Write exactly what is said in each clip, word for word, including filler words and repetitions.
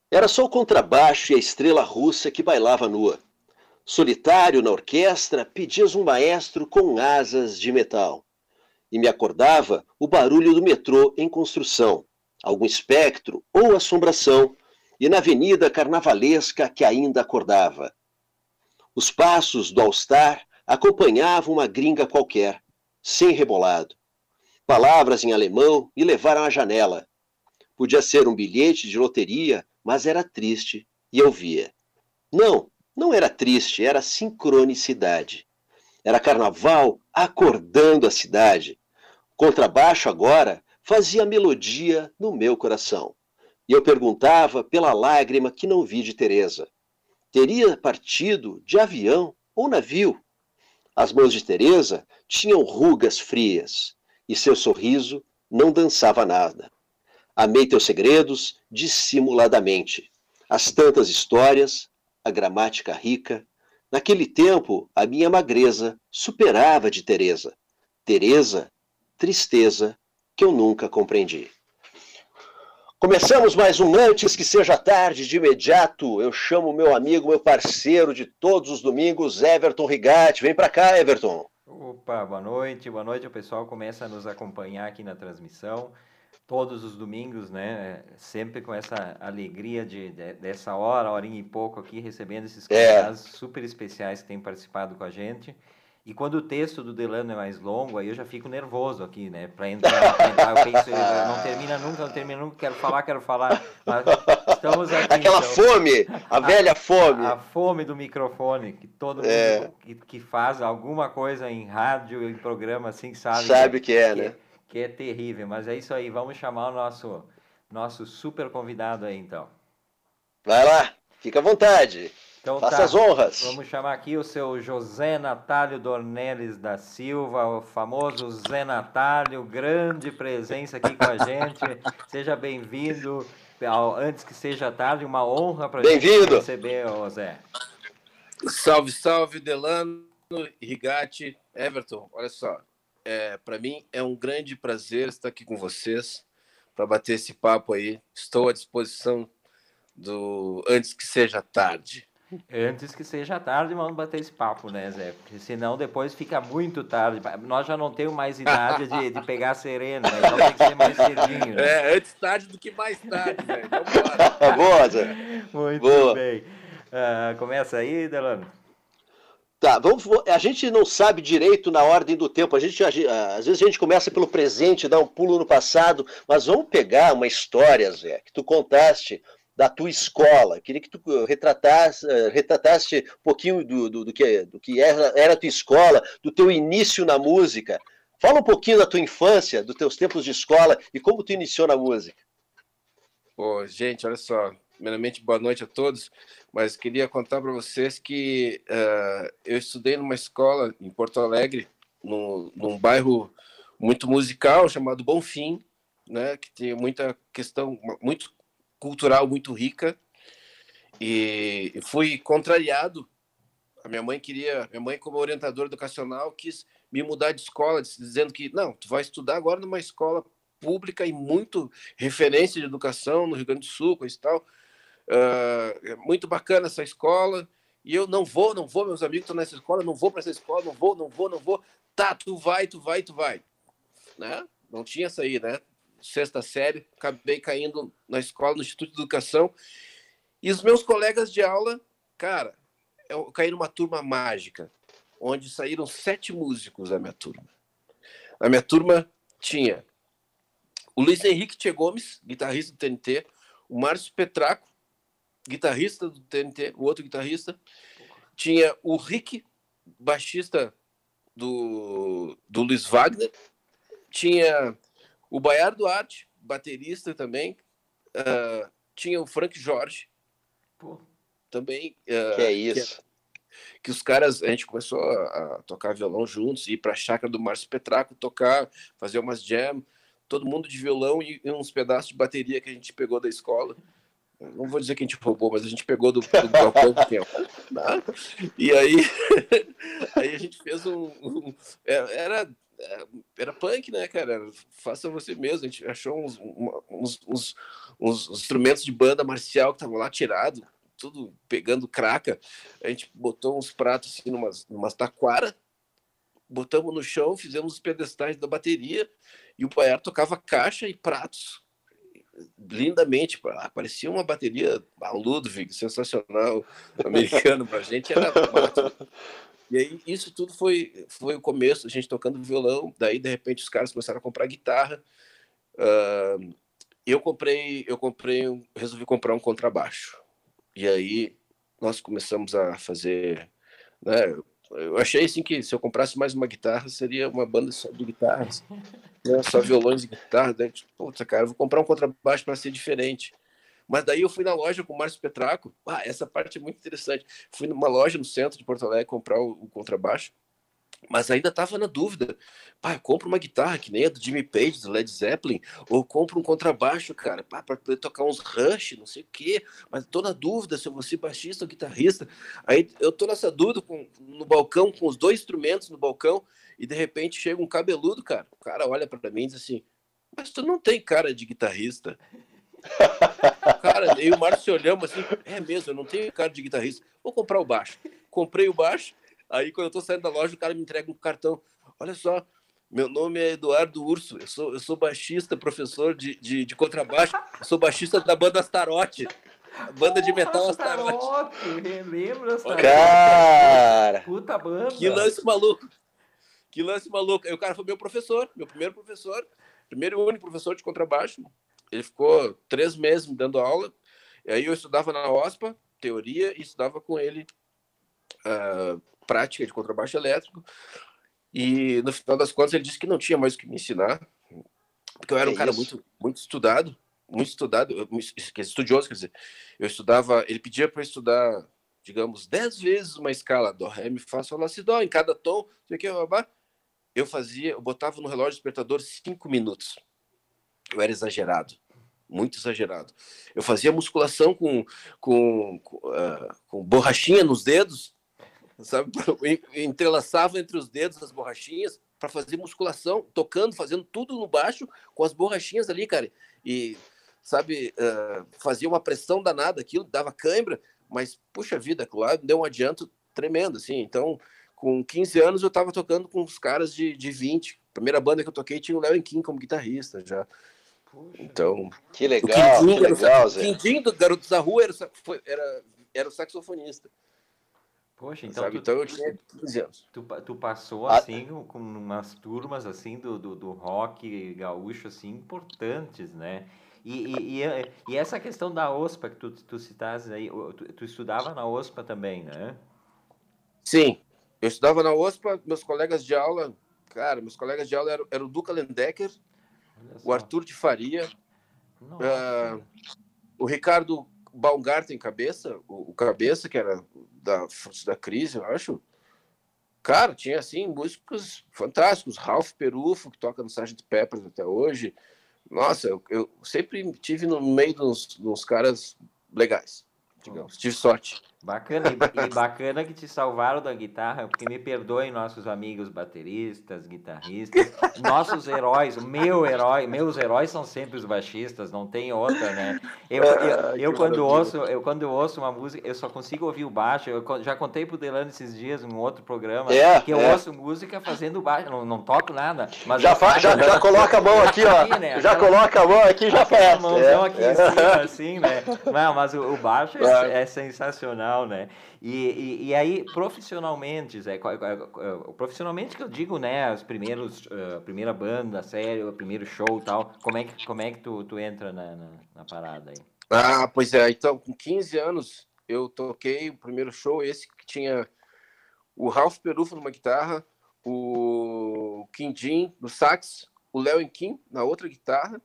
Era só o contrabaixo e a estrela russa que bailava nua. Solitário na orquestra, pedias um maestro com asas de metal. E me acordava o barulho do metrô em construção, algum espectro ou assombração, e na avenida carnavalesca que ainda acordava. Os passos do All-Star acompanhavam uma gringa qualquer, sem rebolado. Palavras em alemão me levaram à janela. Podia ser um bilhete de loteria, mas era triste, e eu via. Não, não era triste, era sincronicidade. Era carnaval acordando a cidade. Contrabaixo agora fazia melodia no meu coração. E eu perguntava pela lágrima que não vi de Teresa. Teria partido de avião ou navio? As mãos de Teresa tinham rugas frias e seu sorriso não dançava nada. Amei teus segredos dissimuladamente. As tantas histórias, a gramática rica. Naquele tempo, a minha magreza superava de Teresa. Teresa, tristeza que eu nunca compreendi. Começamos mais um Antes que Seja Tarde. De imediato, eu chamo meu amigo, meu parceiro de todos os domingos, Everton Rigatti. Vem para cá, Everton. Opa, boa noite, boa noite. O pessoal começa a nos acompanhar aqui na transmissão todos os domingos, né? Sempre com essa alegria de, de dessa hora, horinha e pouco aqui, recebendo esses É. convidados super especiais que têm participado com a gente. E quando o texto do Delano é mais longo, aí eu já fico nervoso aqui, né? Para entrar, pra entrar, eu penso, não termina nunca, não termina nunca, quero falar, quero falar. Mas estamos aqui, Aquela então. fome, a velha A, a fome. fome do microfone, que todo É, mundo que, que faz alguma coisa em rádio, em programa assim, sabe que é, sabe que é, que né? é, que é terrível. Mas é isso aí, vamos chamar o nosso, nosso super convidado aí, então. Vai lá, fica à vontade. Então Faça as tá, honras. vamos chamar aqui o seu José Natálio Dornelles da Silva, o famoso Zé Natálio, grande presença aqui com a gente. Seja bem-vindo. Antes que seja tarde, uma honra para a gente te Bem-vindo. receber, ô Zé. Salve, salve, Delano, Rigatti, Everton. Olha só, é, para mim é um grande prazer estar aqui com vocês para bater esse papo aí. Estou à disposição do antes que seja tarde. Antes que seja tarde, vamos bater esse papo, né, Zé? Porque senão depois fica muito tarde. Nós já não temos mais idade de, de pegar sereno, né? Então tem que ser mais cedinho, né? É, antes tarde do que mais tarde, velho. Vamos embora. Boa, Zé. Muito Boa. bem. Uh, começa aí, Delano. Tá, vamos, a gente não sabe direito na ordem do tempo. A gente, às vezes a gente começa pelo presente, dá um pulo no passado, mas vamos pegar uma história, Zé, que tu contaste da tua escola. Queria que tu retratasse, retratasse um pouquinho do, do, do, que, do que era, era a tua escola, do teu início na música. Fala um pouquinho da tua infância, dos teus tempos de escola e como tu iniciou na música. Pô, gente, olha só. Primeiramente, boa noite a todos. Mas queria contar para vocês que uh, eu estudei numa escola em Porto Alegre, no, num bairro muito musical chamado Bonfim, né, que tem muita questão, muito cultural, muito rica. E fui contrariado. A minha mãe queria, minha mãe como orientadora educacional quis me mudar de escola, dizendo que não, tu vai estudar agora numa escola pública e muito referência de educação no Rio Grande do Sul, coisa e tal. Uh, é muito bacana essa escola, e eu não vou, não vou, meus amigos estão nessa escola, não vou para essa escola, não vou, não vou, não vou. Tá, tu vai, tu vai, tu vai. Né? Não tinha essa aí, né? Sexta série, acabei caindo na escola, no Instituto de Educação, e os meus colegas de aula, cara, eu caí numa turma mágica, onde saíram sete músicos da minha turma. Na minha turma tinha o Luiz Henrique Tchê Gomes, guitarrista do T N T, o Márcio Petraco, guitarrista do T N T, o outro guitarrista. Tinha o Rick, baixista do, do Luiz Wagner. Tinha o Baiar Duarte, baterista também. Uh, tinha o Frank Jorge, Pô. também. Uh, que é isso. Que, que os caras, a gente começou a, a tocar violão juntos, ir para a chácara do Márcio Petraco, tocar, fazer umas jam, todo mundo de violão e, e uns pedaços de bateria que a gente pegou da escola. Não vou dizer que a gente roubou, mas a gente pegou do, do galpão que tinha. Né? E aí, aí a gente fez um... um era, era punk, né, cara? Faça você mesmo. A gente achou uns, uns, uns, uns instrumentos de banda marcial que estavam lá tirados, tudo pegando craca. A gente botou uns pratos assim, numas, numas taquara, botamos no chão, fizemos os pedestais da bateria, e o Baiar tocava caixa e pratos lindamente. Parecia uma bateria, um Ludwig, sensacional, americano. Pra gente era máximo. E aí isso tudo foi, foi o começo, a gente tocando violão. Daí de repente os caras começaram a comprar guitarra. Uh, eu comprei, eu comprei, um, resolvi comprar um contrabaixo. E aí nós começamos a fazer, né? Eu achei assim que se eu comprasse mais uma guitarra seria uma banda só de guitarras, né? Só violões e guitarra. Daí, tipo, puta, cara, eu vou comprar um contrabaixo para ser diferente. Mas daí eu fui na loja com o Márcio Petraco. Ah, essa parte é muito interessante. Fui numa loja no centro de Porto Alegre comprar o, o contrabaixo, mas ainda estava na dúvida. Pá, compra uma guitarra que nem a do Jimmy Page, do Led Zeppelin, ou compra um contrabaixo, cara, para poder tocar uns Rush, não sei o quê. Mas tô na dúvida se eu vou ser baixista ou guitarrista. Aí eu tô nessa dúvida com, no balcão, com os dois instrumentos no balcão, e de repente chega um cabeludo, cara. O cara olha para mim e diz assim: mas tu não tem cara de guitarrista. Cara, eu e o Márcio olhamos assim: é mesmo, eu não tenho cara de guitarrista, vou comprar o baixo. Comprei o baixo. Aí, quando eu tô saindo da loja, o cara me entrega um cartão. Olha só, meu nome é Eduardo Urso, eu sou, eu sou baixista, professor de, de, de contrabaixo, eu sou baixista da banda Astarote, a banda de metal Astarote. Lembra Astarote? Cara! Puta banda! Que lance maluco! Que lance maluco! Aí o cara foi meu professor, meu primeiro professor, primeiro e único professor de contrabaixo. Ele ficou três meses me dando aula. E aí eu estudava na OSPA, teoria, e estudava com ele uh, prática de contrabaixo elétrico. E no final das contas ele disse que não tinha mais o que me ensinar, porque eu era um cara muito, muito estudado, muito estudado, estudioso, quer dizer. Eu estudava, ele pedia para eu estudar, digamos, dez vezes uma escala, dó, ré, mi, fá, sol, lá, si, dó, em cada tom, sei o que, eu fazia, eu botava no relógio despertador cinco minutos. Eu era exagerado, muito exagerado. Eu fazia musculação com, com, com, uh, com borrachinha nos dedos, sabe? Eu entrelaçava entre os dedos as borrachinhas para fazer musculação, tocando, fazendo tudo no baixo com as borrachinhas ali, cara. E, sabe, uh, fazia uma pressão danada, aquilo dava cãibra, mas, puxa vida, aquilo lá deu um adianto tremendo, assim. Então, com quinze anos, eu estava tocando com os caras de, de vinte. A primeira banda que eu toquei tinha o Léo Enquim como guitarrista já. Puxa, então, que legal, que legal, Zé. O Quindim do Garotos da Rua era, foi, era, era o saxofonista. Poxa, então, sabe? tu, Então eu tinha quinze anos. Tu, tu passou, assim, ah. com umas turmas, assim, do, do, do rock gaúcho, assim, importantes, né? E, e, e, e essa questão da OSPA que tu, tu citaste aí, tu, tu estudava na OSPA também, né? Sim, eu estudava na OSPA, meus colegas de aula, cara, meus colegas de aula eram, eram o Duca Lendecker, o Arthur de Faria, uh, o Ricardo Baumgarten Cabeça, o, o Cabeça, que era da, da Crise, eu acho. Cara, tinha, assim, músicos fantásticos. Ralph Perufo, que toca no sargento Peppers até hoje. Nossa, eu, eu sempre tive no meio dos, dos caras legais, digamos. Tive sorte. Bacana, e, e bacana que te salvaram da guitarra, porque me perdoem nossos amigos bateristas, guitarristas, nossos heróis, o meu herói, meus heróis são sempre os baixistas, não tem outra, né? Eu, eu, eu quando ouço, eu quando eu ouço uma música, eu só consigo ouvir o baixo. Eu já contei pro Delano esses dias, num outro programa, é, que eu é. ouço música fazendo baixo, não, não toco nada. Mas já, fa, já, já coloca a mão aqui, ó. Aqui, né? Já aquela, coloca a mão aqui e já faz. A mãozão é, aqui é. em cima, assim, né? Não, mas o, o baixo é, é sensacional, né? E, e, e aí, profissionalmente, Zé, profissionalmente que eu digo, né, os primeiros, uh, primeira banda, sério, o primeiro show e tal, como é que, como é que tu, tu entra na, na, na parada aí? Ah, pois é, então, com quinze anos, eu toquei o primeiro show, esse que tinha o Ralph Perufo numa guitarra, o Quindim no sax, o Léo Enquim na outra guitarra,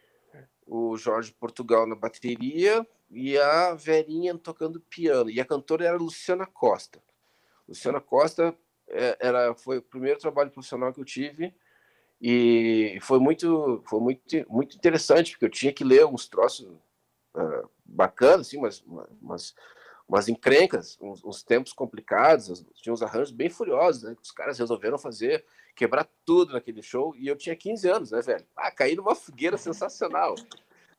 o Jorge Portugal na bateria e a Verinha tocando piano. E a cantora era a Luciana Costa. Luciana Costa era, foi o primeiro trabalho profissional que eu tive e foi muito, foi muito, muito interessante, porque eu tinha que ler uns troços uh, bacanas, assim, umas, umas, umas encrencas, uns, uns tempos complicados, tinha uns arranjos bem furiosos, né, que os caras resolveram fazer, quebrar tudo naquele show, e eu tinha quinze anos, né, velho? Ah, caí numa fogueira sensacional.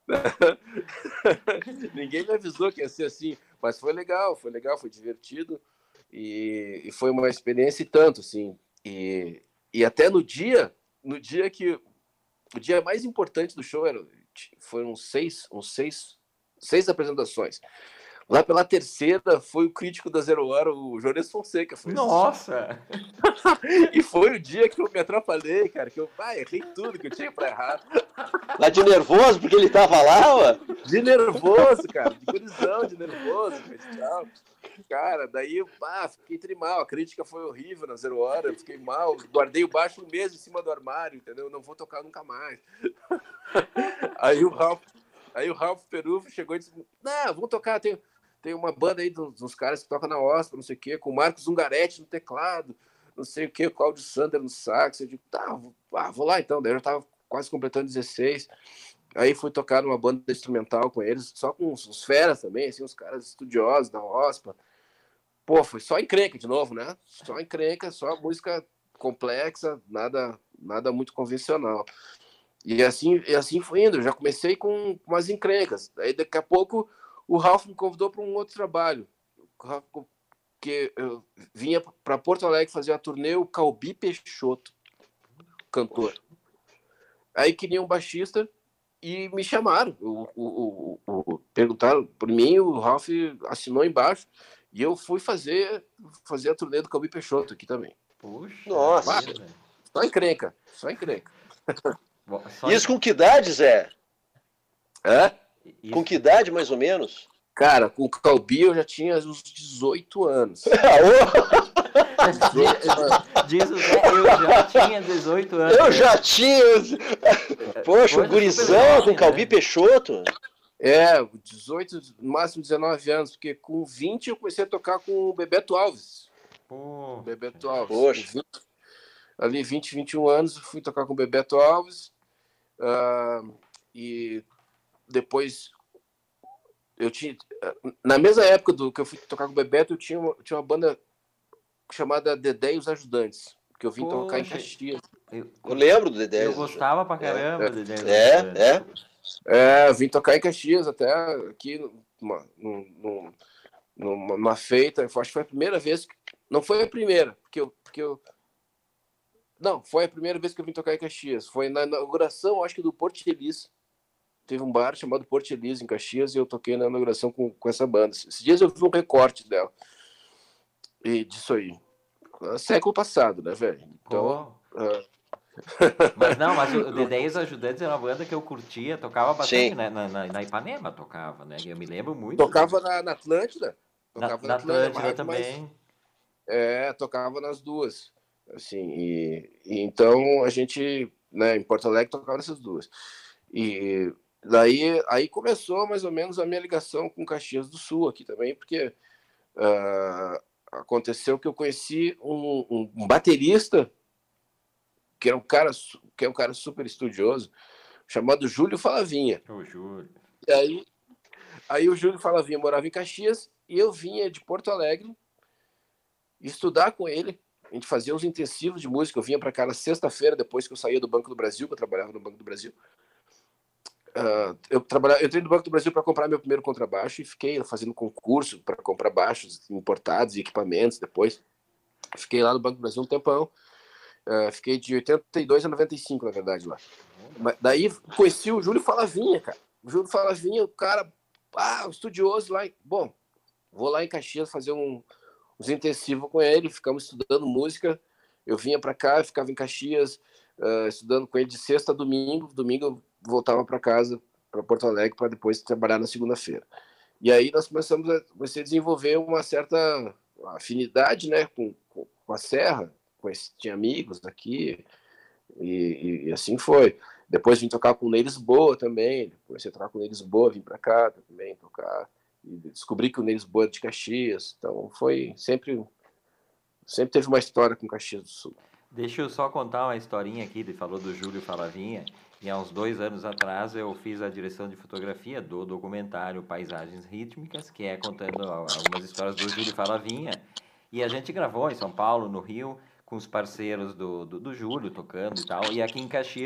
Ninguém me avisou que ia ser assim, mas foi legal, foi legal, foi divertido e, e foi uma experiência e tanto, assim. E, e até no dia, no dia que o dia mais importante do show era, foram seis, uns seis, seis apresentações. Lá pela terceira foi o crítico da Zero Hora, o Jones Fonseca. Foi Nossa! E foi o dia que eu me atrapalhei, cara, que eu ah, errei tudo que eu tinha pra errar. Lá de nervoso, porque ele tava lá, ó. De nervoso, cara, de colisão, de nervoso, tal. Cara, daí ah, fiquei trimal, a crítica foi horrível na Zero Hora, eu fiquei mal, guardei o baixo um mês em cima do armário, entendeu? Não vou tocar nunca mais. Aí o Ralph, aí o Ralph Perufo chegou e disse, não, vamos tocar, tem, tem uma banda aí dos, dos caras que tocam na Ospa, não sei o quê, com o Marcos Ungaretti no teclado, não sei o quê, o Claudio Sander no sax. Eu digo, tá, vou, ah, vou lá então. Daí eu já tava quase completando dezesseis. Aí fui tocar numa banda instrumental com eles, só com uns, uns feras também, assim, uns caras estudiosos da Ospa. Pô, foi só encrenca de novo, né? Só encrenca, só música complexa, nada, nada muito convencional. E assim, e assim foi indo. Eu já comecei com umas encrencas. Aí daqui a pouco o Ralph me convidou para um outro trabalho. O Ralph, que eu vinha para Porto Alegre fazer a turnê, o Calbi Peixoto, cantor. Aí queria um baixista e me chamaram. O, o, o, o, perguntaram por mim, o Ralph assinou embaixo e eu fui fazer, fazer a turnê do Calbi Peixoto aqui também. Puxa, nossa! Só encrenca, só encrenca. Só Isso em... com que idade, Zé? É? Isso. Com que idade, mais ou menos? Cara, com o Calbi eu já tinha uns dezoito anos. Diz o Zé, eu já tinha dezoito anos. Eu já tinha. Poxa, o gurizão com o Calbi né? Peixoto. É, dezoito, no máximo dezenove anos, porque com vinte eu comecei a tocar com o Bebeto Alves. Pô, Bebeto Alves. Poxa. vinte, ali, vinte, vinte e um anos, fui tocar com o Bebeto Alves. Uh, e depois. Eu tinha, na mesma época do que eu fui tocar com o Bebeto, eu tinha uma, tinha uma banda chamada Dedé e os Ajudantes, que eu vim Poxa, tocar em Caxias. Eu, eu lembro do Dedé. Eu gostava pra caramba é, do Dedé. É, é. É, eu vim tocar em Caxias até aqui numa, numa, numa, numa feita. Acho que foi a primeira vez. Que, não foi a primeira, porque eu, porque eu. Não, foi a primeira vez que eu vim tocar em Caxias. Foi na inauguração, acho que do Porto Feliz. Teve um bar chamado Porto Feliz em Caxias e eu toquei na inauguração com, com essa banda. Esses dias eu vi um recorte dela. E disso aí. Século passado, né, velho? Então. Uh... Mas não, mas o Dedé e os Ajudantes era uma banda que eu curtia, tocava bastante na, na, na Ipanema, tocava, né? Eu me lembro muito. Tocava na, na Atlântida. Tocava na, na Atlântida, Atlântida também. Mas, é, tocava nas duas. Assim, e, e então a gente, né, em Porto Alegre, tocava nessas duas. E. Daí aí começou mais ou menos a minha ligação com Caxias do Sul aqui também, porque uh, aconteceu que eu conheci um, um, um baterista que era um cara que é um cara super estudioso, chamado Júlio Falavinha. O Júlio. E aí, aí o Júlio Falavinha morava em Caxias e eu vinha de Porto Alegre estudar com ele. A gente fazia uns intensivos de música. Eu vinha para cá na sexta-feira, depois que eu saía do Banco do Brasil, que eu trabalhava no Banco do Brasil. Uh, eu, trabalha... eu entrei no Banco do Brasil para comprar meu primeiro contrabaixo e fiquei fazendo concurso para comprar baixos importados e equipamentos depois. Fiquei lá no Banco do Brasil um tempão. Uh, fiquei de oitenta e dois a noventa e cinco, na verdade, lá. Mas daí conheci o Júlio Falavinha, cara. O Júlio Falavinha, o cara, ah, estudioso lá. Bom, vou lá em Caxias fazer um, uns intensivos com ele, ficamos estudando música. Eu vinha para cá, ficava em Caxias, uh, estudando com ele de sexta a domingo. Domingo eu voltava para casa, para Porto Alegre, para depois trabalhar na segunda-feira. E aí nós começamos a, comecei a desenvolver uma certa afinidade, né, com, com a Serra. Conheci, tinha amigos aqui, e, e, e assim foi. Depois vim tocar com o Ney Lisboa também, comecei a tocar com o Ney Lisboa, vim para cá também tocar, e descobri que o Ney Lisboa é de Caxias, então foi sempre, sempre teve uma história com Caxias do Sul. Deixa eu só contar uma historinha aqui, ele falou do Júlio Falavinha, e há uns dois anos atrás eu fiz a direção de fotografia do documentário Paisagens Rítmicas, que é contando algumas histórias do Júlio Falavinha, e a gente gravou em São Paulo, no Rio, com os parceiros do, do, do Júlio tocando e tal, e aqui em Caxias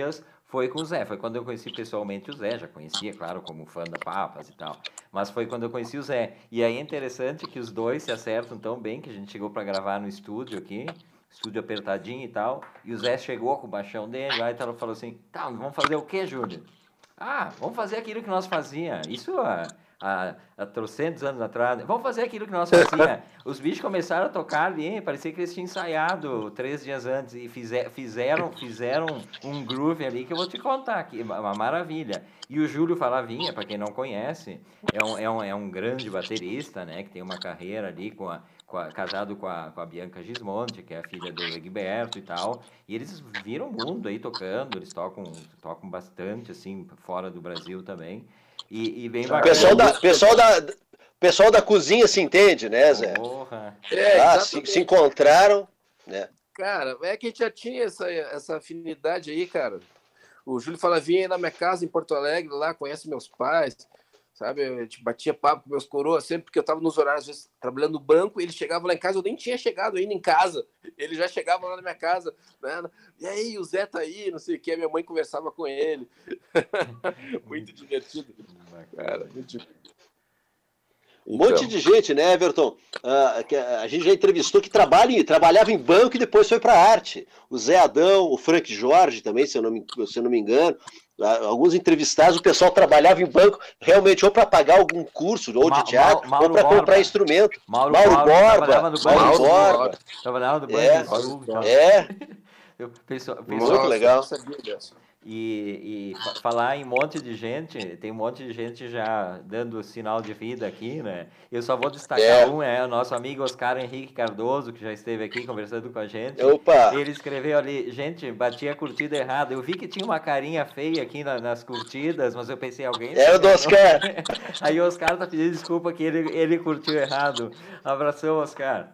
Foi com o Zé, foi quando eu conheci pessoalmente o Zé, já conhecia, claro, como fã da Papas e tal, mas foi quando eu conheci o Zé. E aí é interessante que os dois se acertam tão bem que a gente chegou para gravar no estúdio aqui, estúdio apertadinho e tal, e o Zé chegou com o baixão dele, aí ela falou assim, tá, vamos fazer o quê, Júlio? Ah, vamos fazer aquilo que nós fazia. Isso há, há, há trocentos anos atrás. Vamos fazer aquilo que nós fazia. Os bichos começaram a tocar ali, parecia que eles tinham ensaiado três dias antes e fizer, fizeram, fizeram um groove ali que eu vou te contar, que é uma maravilha. E o Júlio Falavinha, para quem não conhece, é um, é, um, é um grande baterista, né, que tem uma carreira ali com a, com a, casado com a, com a Bianca Gismonti, que é a filha do Egberto e tal, e eles viram o mundo aí tocando, eles tocam, tocam bastante, assim, fora do Brasil também, e, e bem bacana. Pessoal da, pessoal, da, pessoal da cozinha se entende, né, Zé? Porra. É, ah, se, se encontraram, né? Cara, é que a gente já tinha essa, essa afinidade aí, cara. O Júlio Falavinha ia na minha casa em Porto Alegre, lá, conhece meus pais, sabe? Eu tipo, batia papo com meus coroas sempre, porque eu estava nos horários, às vezes, trabalhando no banco, ele chegava lá em casa, eu nem tinha chegado ainda em casa, ele já chegava lá na minha casa, né? E aí, o Zé tá aí, não sei o que, minha mãe conversava com ele. Muito divertido. Cara, muito divertido. Um monte de gente, né, Everton? Uh, que a gente já entrevistou que trabalha, trabalhava em banco e depois foi para arte. O Zé Adão, o Frank Jorge também, se eu não me, se eu não me engano. Uh, alguns entrevistados, o pessoal trabalhava em banco realmente ou para pagar algum curso ou de teatro Ma, Ma, ou para comprar instrumento. Mauro, Mauro Mauro Borba. Trabalhava no Mauro Banco Borba. Trabalhava no Banco é, Sul. É. Eu, pessoal, pessoal, muito legal. E, e falar em um monte de gente, tem um monte de gente já dando sinal de vida aqui, né? Eu só vou destacar é. um, é o nosso amigo Oscar Henrique Cardoso, que já esteve aqui conversando com a gente. Opa! Ele escreveu ali, gente, bati a curtida errada. Eu vi que tinha uma carinha feia aqui na, nas curtidas, mas eu pensei, alguém... É o do Oscar! Aí o Oscar tá pedindo desculpa que ele, ele curtiu errado. Abração, Oscar.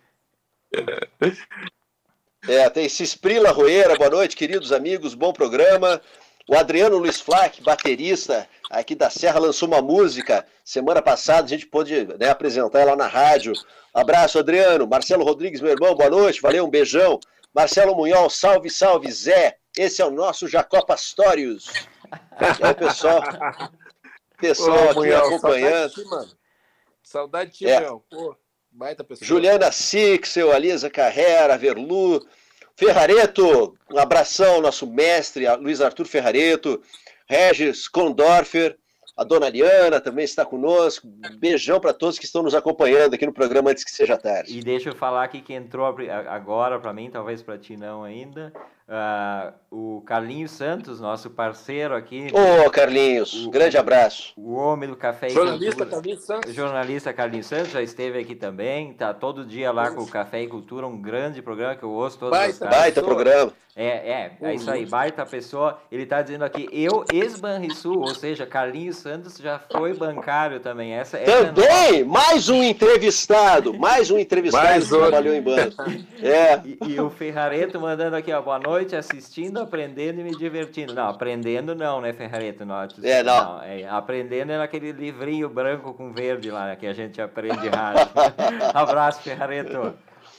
É, tem Cisprila Roeira, boa noite, queridos amigos, bom programa. O Adriano Luiz Flack, baterista aqui da Serra, lançou uma música semana passada, a gente pôde, né, apresentar ela na rádio. Abraço, Adriano. Marcelo Rodrigues, meu irmão, boa noite, valeu, um beijão. Marcelo Munhol, salve, salve, Zé. Esse é o nosso Jacó Pastorius. É o pessoal, pessoal Ô, aqui Munhol, acompanhando. Saudade de ti, mano. Saudade de ti, é. Meu. Pô. Baita pessoa. Juliana Sixel, Alisa Carrera, Verlu, Ferrareto, um abração, nosso mestre, Luiz Arthur Ferrareto, Regis Kondorfer, a dona Liana também está conosco. Beijão para todos que estão nos acompanhando aqui no programa Antes que Seja Tarde. E deixa eu falar aqui que entrou agora para mim, talvez para ti não ainda, uh, o Carlinhos Santos, nosso parceiro aqui. Ô, oh, Carlinhos, o, grande abraço. O homem do Café e Jornalista Cultura. Carlinhos Santos. Jornalista Carlinhos Santos, já esteve aqui também, tá todo dia lá com o Café e Cultura, um grande programa que eu ouço todas baita, as tardes. Baita programa. É, é, é isso aí, baita pessoa. Ele está dizendo aqui, eu, ex-Banrisul, ou seja, Carlinhos Santos já foi bancário também. Essa, essa também! É mais um entrevistado, mais um entrevistado mais que outro. Trabalhou em banco. É. E, e o Ferrareto mandando aqui, ó, boa noite, assistindo, aprendendo e me divertindo. Não, aprendendo não, né, Ferrareto? Não, é, não. não é, aprendendo é naquele livrinho branco com verde lá, né, que a gente aprende rádio. Abraço, Ferrareto.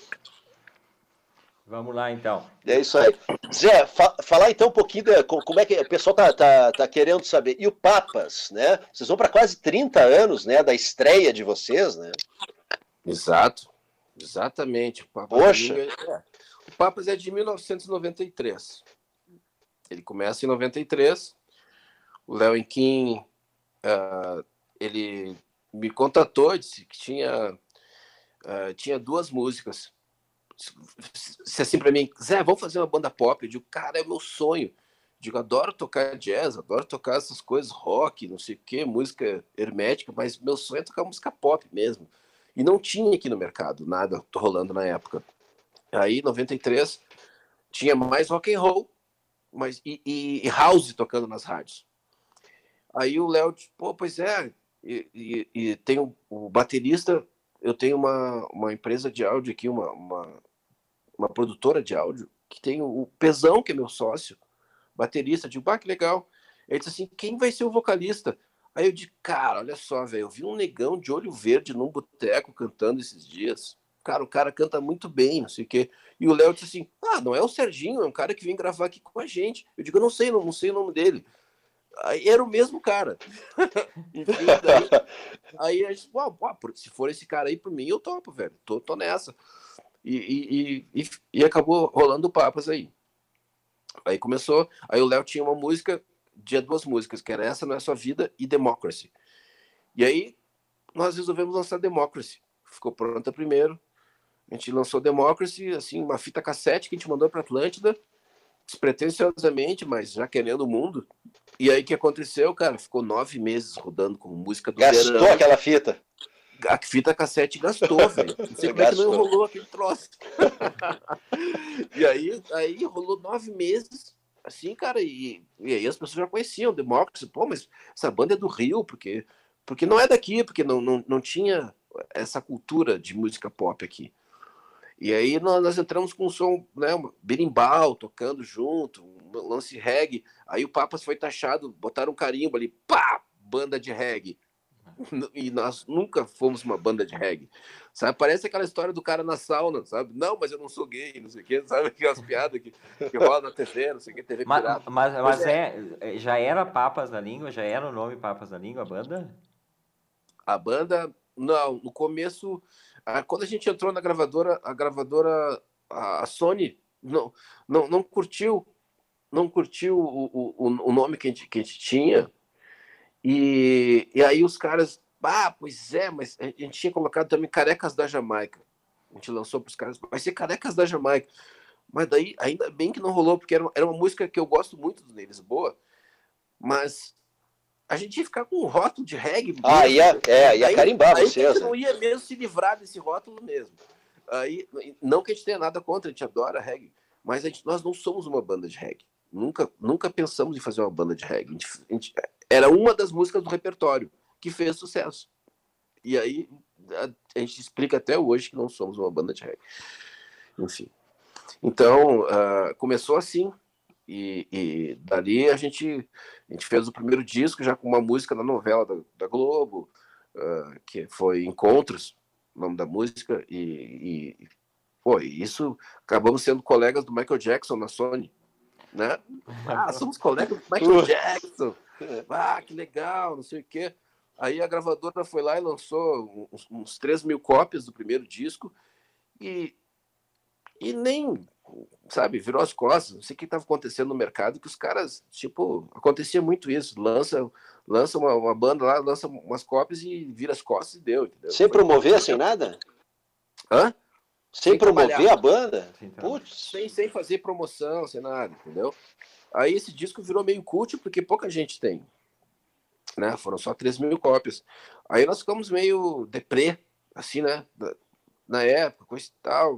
Vamos lá, então. É isso aí. Zé, fa falar então um pouquinho de, como é que o pessoal tá, tá, tá querendo saber. E o Papas, né? Vocês vão para quase trinta anos, né, da estreia de vocês, né? Exato. Exatamente. O Papas Poxa! É, o Papas é de mil novecentos e noventa e três. Ele começa em noventa e três. O Léo Enquim, uh, ele me contatou, disse que tinha, uh, tinha duas músicas. Se assim para mim, Zé, vamos fazer uma banda pop. Eu digo, cara, é o meu sonho. Eu digo, adoro tocar jazz, adoro tocar essas coisas, rock, não sei o que, música hermética, mas meu sonho é tocar música pop mesmo. E não tinha aqui no mercado nada rolando na época. Aí, em noventa e três, tinha mais rock and roll mas, e, e, e house tocando nas rádios. Aí o Léo disse, pô, pois é, e, e, e tem o, o baterista, eu tenho uma, uma empresa de áudio aqui, uma, uma, uma produtora de áudio, que tem o Pezão, que é meu sócio, baterista. Eu digo, ah, que legal. Ele disse assim, quem vai ser o vocalista? Aí eu digo, cara, olha só, velho, eu vi um negão de olho verde num boteco cantando esses dias. cara, o cara canta muito bem, não sei o quê. E o Léo disse assim, ah, não é o Serginho, é um cara que vem gravar aqui com a gente. Eu digo, eu não sei, não, não sei o nome dele. Aí era o mesmo cara. Enfim, daí, aí a gente, uau, uau, se for esse cara aí, por mim, eu topo, velho, tô, tô nessa. E, e, e, e acabou rolando papas aí. Aí começou, aí o Léo tinha uma música, tinha duas músicas, que era Essa Não É Sua Vida e Democracy. E aí nós resolvemos lançar Democracy. Ficou pronta primeiro. A gente lançou Democracy, assim, uma fita cassete que a gente mandou para Atlântida, despretensiosamente, mas já querendo o mundo. E aí o que aconteceu, cara? Ficou nove meses rodando com música do Gastou verão. aquela fita. A fita cassete gastou, velho. Não sei como é que não enrolou aquele troço. E aí, aí rolou nove meses, assim, cara, e, e aí as pessoas já conheciam Democracy. Pô, mas essa banda é do Rio, porque, porque não é daqui, porque não, não, não tinha essa cultura de música pop aqui. E aí nós, nós entramos com um som, né, um berimbau, tocando junto, um lance reggae. Aí o Papas foi taxado, botaram um carimbo ali, pá, banda de reggae. E nós nunca fomos uma banda de reggae, sabe? Parece aquela história do cara na sauna, sabe? Não, mas eu não sou gay, não sei o quê, sabe? Aquelas piadas que, que rolam na T V, não sei o que, T V pirata. Mas, mas, mas é, é, já era Papas da Língua? Já era o nome Papas da Língua, a banda? A banda, não, no começo, quando a gente entrou na gravadora, a gravadora, a Sony, não, não, não curtiu, não curtiu o, o, o nome que a gente, que a gente tinha. E, e aí os caras, ah, pois é, mas a gente tinha colocado também Carecas da Jamaica. A gente lançou para os caras, vai ser Carecas da Jamaica. Mas daí, ainda bem que não rolou, porque era uma, era uma música que eu gosto muito deles, boa, mas a gente ia ficar com um rótulo de reggae. Ah, mesmo, ia, é, ia aí, carimbar aí vocês. A gente não ia mesmo se livrar desse rótulo mesmo. Aí, não que a gente tenha nada contra, a gente adora reggae, mas a gente, nós não somos uma banda de reggae. Nunca, nunca pensamos em fazer uma banda de reggae. A gente, a gente, era uma das músicas do repertório que fez sucesso. E aí a, a gente explica até hoje que não somos uma banda de reggae. Enfim. Então, uh, começou assim. E, e dali a gente, a gente fez o primeiro disco já com uma música da novela da, da Globo, uh, que foi Encontros, o nome da música. E, e pô, isso acabamos sendo colegas do Michael Jackson na Sony. Né? Ah, somos colegas do Michael Jackson. Ah, que legal, não sei o quê. Aí a gravadora foi lá e lançou uns, uns três mil cópias do primeiro disco e, e nem, sabe, virou as costas. Não sei o que estava acontecendo no mercado, que os caras, tipo, acontecia muito isso. Lança, lança uma, uma banda lá, lança umas cópias e vira as costas e deu. Entendeu? Sem promover, sem nada? Hã? Sem, sem promover trabalhar. A banda? Putz. Sem, sem fazer promoção, sem nada, entendeu? Aí esse disco virou meio cult porque pouca gente tem. Né? Foram só três mil cópias. Aí nós ficamos meio deprê, assim, né? Na época, coisa e tal.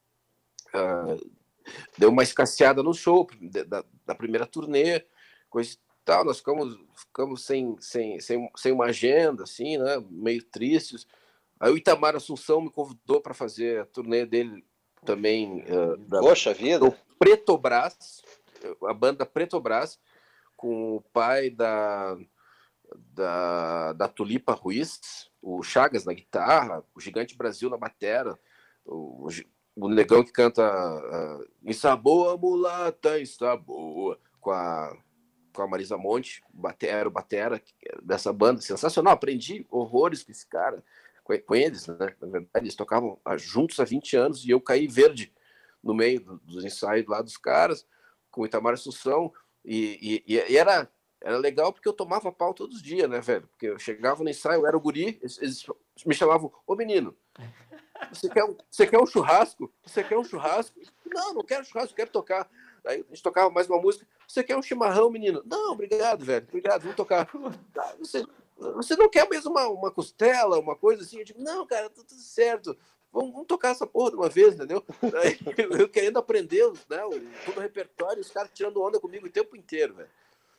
Uh, deu uma escasseada no show da, da primeira turnê, coisa e tal. Nós ficamos, ficamos sem, sem, sem, sem uma agenda, assim, né? Meio tristes. Aí o Itamar Assunção me convidou para fazer a turnê dele também. Uh, da, Poxa vida! Do Pretobras, a banda Pretobras, com o pai da, da, da Tulipa Ruiz, o Chagas na guitarra, o Gigante Brasil na batera, o, o negão que canta uh, Está boa, mulata, está boa, com a, com a Marisa Monte, batera, batera dessa banda, sensacional, aprendi horrores com esse cara. Com eles, né? Na verdade, eles tocavam juntos há vinte anos e eu caí verde no meio dos ensaios lá dos caras, com o Itamar Assunção, e, e, e era, era legal porque eu tomava pau todos os dias, né, velho? Porque eu chegava no ensaio, eu era o guri, eles, eles me chamavam, ô menino, você quer, um, você quer um churrasco? Você quer um churrasco? Não, não quero churrasco, quero tocar. Aí a gente tocava mais uma música, você quer um chimarrão, menino? Não, obrigado, velho, obrigado, vamos tocar. Ah, você... Você não quer mesmo uma, uma costela, uma coisa assim? Eu digo, não, cara, tá tudo certo. Vamos, vamos tocar essa porra de uma vez, entendeu? Aí, eu querendo aprender, né, o, todo o repertório, os caras tirando onda comigo o tempo inteiro, velho.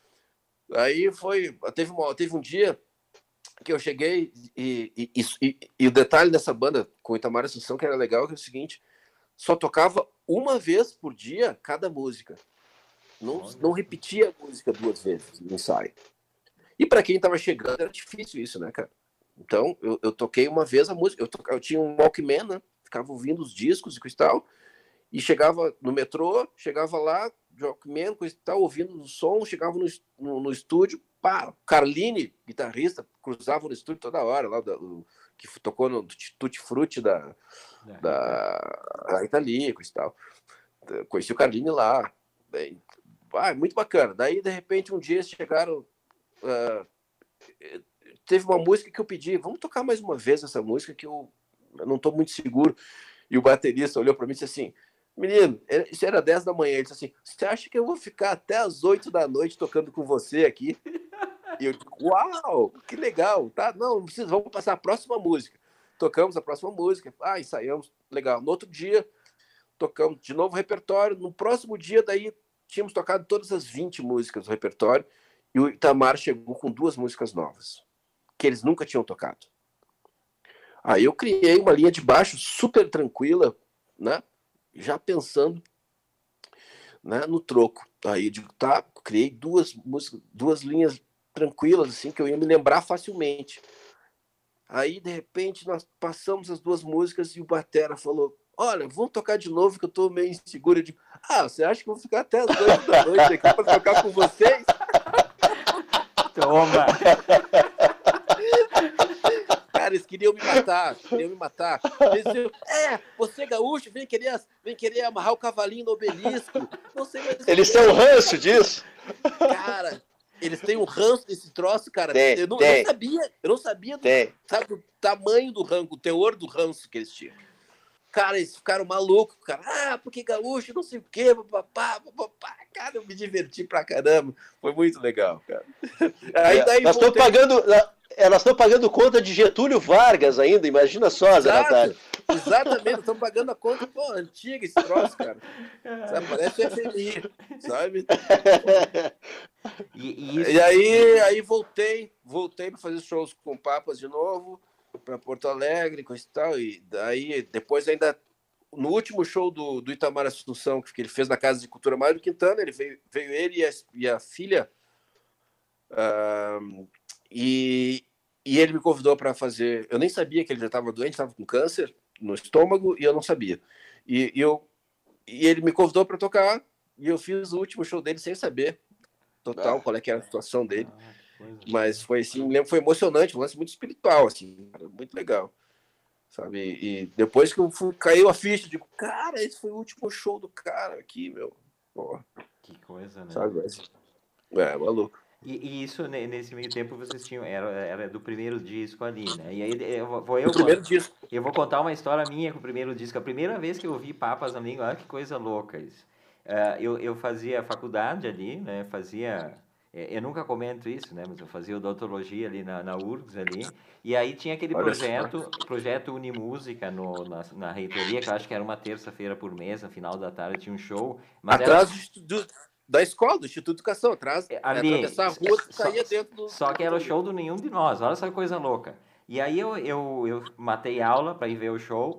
Aí foi, teve, uma, teve um dia que eu cheguei e, e, e, e, e o detalhe dessa banda com o Itamar Assunção que era legal, que é o seguinte, só tocava uma vez por dia cada música. Não, não repetia a música duas vezes no ensaio. E para quem estava chegando, era difícil isso, né, cara? Então, eu, eu toquei uma vez a música. Eu, to... eu tinha um Walkman, né? ficava ouvindo os discos e coisa e tal, e chegava no metrô, chegava lá, Walkman, coisa e tal, ouvindo o som, chegava no, no, no estúdio, pá, Carline, guitarrista, cruzava no estúdio toda hora, lá do, que tocou no Tutti Frutti da, é, da, da Itália, coisa e tal. Conheci o Carline lá, daí, ah, muito bacana. Daí, de repente, um dia chegaram, uh, teve uma música que eu pedi, vamos tocar mais uma vez essa música que eu, eu não estou muito seguro. E o baterista olhou para mim e disse assim, menino, isso era dez da manhã, ele disse assim, você acha que eu vou ficar até as oito da noite tocando com você aqui? E eu digo, uau, que legal, tá? Não, não precisa, vamos passar a próxima música. Tocamos a próxima música, ah, ensaiamos, legal. No outro dia, tocamos de novo o repertório. No próximo dia, daí, tínhamos tocado todas as vinte músicas do repertório e o Itamar chegou com duas músicas novas, que eles nunca tinham tocado. Aí eu criei uma linha de baixo super tranquila, né? Já pensando, né, no troco. Aí eu digo, tá, criei duas músicas, duas linhas tranquilas, assim, que eu ia me lembrar facilmente. Aí, de repente, nós passamos as duas músicas e o batera falou, olha, vamos tocar de novo que eu tô meio inseguro. Eu digo, ah, você acha que eu vou ficar até as oito da noite aqui para tocar com vocês? Toma! Cara, eles queriam me matar, queriam me matar. Eles diziam, é, você é gaúcho, vem querer, vem querer amarrar o cavalinho no obelisco. Não sei mais eles têm um ranço disso? Cara, eles têm um ranço desse troço, cara. Tem, eu, não, tem. eu não sabia, eu não sabia do, sabe, do tamanho do ranço, o teor do ranço que eles tinham. Cara, eles ficaram malucos, cara. Ah, porque gaúcho, não sei o quê, papapá, papapá. Cara, eu me diverti pra caramba. Foi muito legal, cara. Aí, é, daí, nós estamos voltei... pagando, elas estão pagando conta de Getúlio Vargas ainda, imagina só, Zé Natália. Exatamente, estão pagando a conta, pô, antiga esse troço, cara. Sabe, parece o F M I, sabe? E, e, isso... e aí, aí voltei, voltei para fazer shows com Papas de novo, para Porto Alegre, coisa e tal, e daí depois ainda, no último show do, do Itamar Assunção, que ele fez na Casa de Cultura Mário Quintana, ele veio, veio ele e a, e a filha, uh, e, e ele me convidou para fazer, eu nem sabia que ele já estava doente, estava com câncer no estômago, e eu não sabia, e, e, eu, e ele me convidou para tocar, e eu fiz o último show dele sem saber, total, ah. qual é que era a situação dele. Ah. Mas foi assim, me lembro, foi emocionante, um lance muito espiritual, assim, muito legal, sabe? E depois que eu fui, caiu a ficha, digo, cara, esse foi o último show do cara aqui, meu. Pô, que coisa, né? Sabe? É, maluco. E, e isso, nesse meio tempo, vocês tinham, era, era do primeiro disco ali, né? E aí, eu vou, eu, o primeiro disco. Eu vou contar uma história minha com o primeiro disco. A primeira vez que eu vi Papas na Língua, olha que coisa louca isso. Uh, eu, eu fazia faculdade ali, né? Fazia... Eu nunca comento isso, né? Mas eu fazia odontologia ali na, na U R G S ali. E aí tinha aquele Olha projeto, só. projeto Unimúsica no, na, na reitoria, que eu acho que era uma terça-feira por mês, no final da tarde tinha um show. Mas atrás era... do, da escola, do Instituto de Educação, atrás, ali, é, atravessar a rua, só, saía dentro do... Só que era o show do Nenhum de Nós, olha só que coisa louca. E aí eu, eu, eu matei aula para ir ver o show.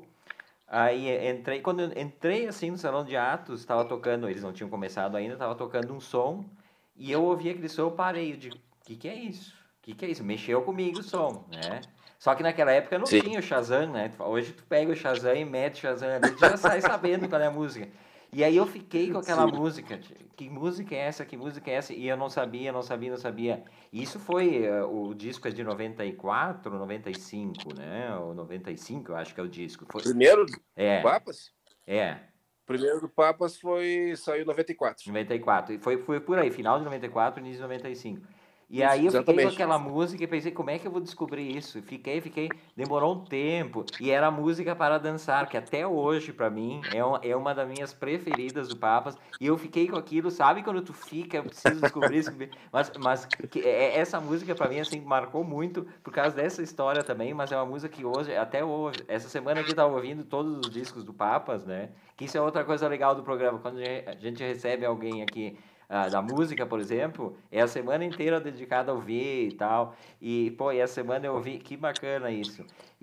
Aí entrei, quando eu entrei assim no salão de atos, estava tocando, eles não tinham começado ainda, estava tocando um som. E eu ouvi aquele som, eu parei, eu digo, o que que é isso? O que que é isso? Mexeu comigo o som, né? Só que naquela época não Sim. tinha o Shazam, né? Hoje tu pega o Shazam e mete o Shazam ali, tu já sai sabendo qual é a música. E aí eu fiquei com aquela Sim. música, que música é essa, que música é essa? E eu não sabia, não sabia, não sabia. Isso foi, uh, o disco é de noventa e quatro, noventa e cinco, né? Ou noventa e cinco, eu acho que é o disco. Foi... Primeiro é. Papas? É. O primeiro do Papas foi, saiu em noventa e quatro. noventa e quatro. E foi, foi por aí, final de noventa e quatro, início de noventa e cinco. E isso, aí eu exatamente. Fiquei com aquela música e pensei, como é que eu vou descobrir isso? Fiquei, fiquei, demorou um tempo. E era música para dançar, que até hoje, para mim, é, um, é uma das minhas preferidas do Papas. E eu fiquei com aquilo, sabe quando tu fica, eu preciso descobrir isso? Mas, mas que, é, essa música, para mim, assim, marcou muito por causa dessa história também, mas é uma música que hoje, até hoje, essa semana aqui eu estava ouvindo todos os discos do Papas, né? Que isso é outra coisa legal do programa, quando a gente recebe alguém aqui Uh, da música, por exemplo, é a semana inteira dedicada a ouvir e tal. E, pô, e a semana eu ouvi, que bacana isso.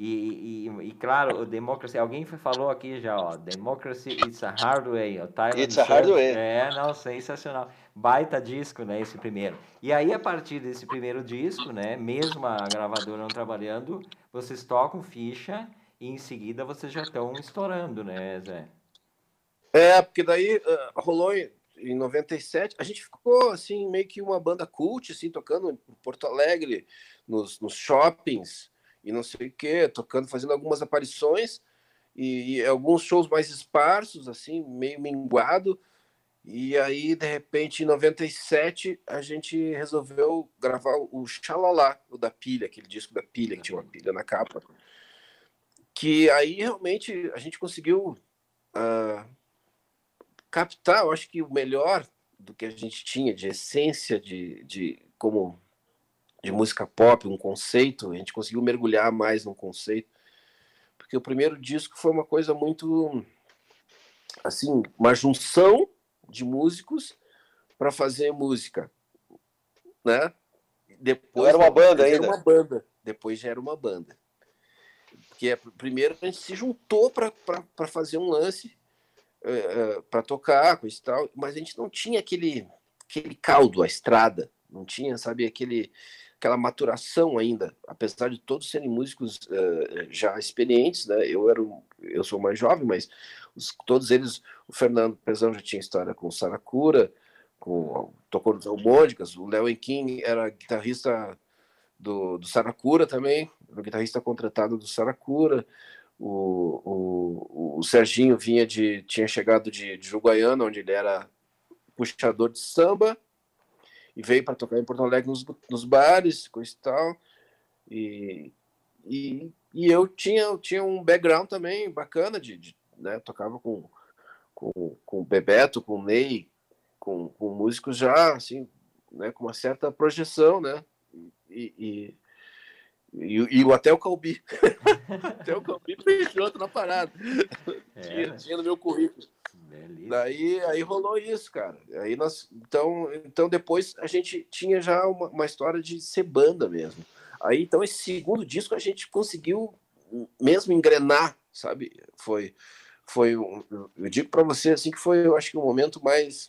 E, e, e claro, o Democracy, alguém falou aqui já, ó, Democracy, It's a Hard Way. O It's a Hard Way. É, não, sensacional. Baita disco, né, esse primeiro. E aí, a partir desse primeiro disco, né, mesmo a gravadora não trabalhando, vocês tocam ficha e em seguida vocês já estão estourando, né, Zé? É, porque daí uh, rolou em, em noventa e sete, a gente ficou assim, meio que uma banda cult, assim, tocando em Porto Alegre, nos, nos shoppings, e não sei o quê, tocando, fazendo algumas aparições, e, e alguns shows mais esparsos, assim, meio minguado, e aí, de repente, em noventa e sete, a gente resolveu gravar o Xalala, o da pilha, aquele disco da pilha, que tinha uma pilha na capa, que aí realmente a gente conseguiu uh, captar, eu acho que o melhor do que a gente tinha de essência de, de como de música pop, um conceito, a gente conseguiu mergulhar mais no conceito, porque o primeiro disco foi uma coisa muito assim, uma junção de músicos para fazer música, né? Depois era uma banda ainda. Era uma banda. Depois já era uma banda. Porque é, primeiro a gente se juntou para fazer um lance, é, para tocar, coisa e tal, mas a gente não tinha aquele, aquele caldo, a estrada, não tinha, sabe, aquele, aquela maturação ainda, apesar de todos serem músicos uh, já experientes, né? Eu era, eu sou mais jovem, mas os, todos eles, o Fernando Pezão já tinha história com o Saracura, com tocou nos Almôndegas, o Léo Enquim era guitarrista do, do Saracura também, era o guitarrista contratado do Saracura. O, o, o Serginho vinha de, tinha chegado de, de Uruguaiana, onde ele era puxador de samba, e veio para tocar em Porto Alegre nos, nos bares, coisa e tal. E, e, e eu tinha, tinha um background também bacana, de, de né, tocava com, com, com o Bebeto, com o Ney, com, com músicos já, assim, né, com uma certa projeção, né? E, e, e, e até o Calbi. Até o Calbi fez outro na parada. É, tinha, né? Tinha no meu currículo. Beleza. Daí aí rolou isso, cara. Aí nós, então, então depois a gente tinha já uma, uma história de ser banda mesmo. Aí então esse segundo disco a gente conseguiu mesmo engrenar, sabe? Foi, foi um, eu digo para você assim que foi, eu acho que o um momento mais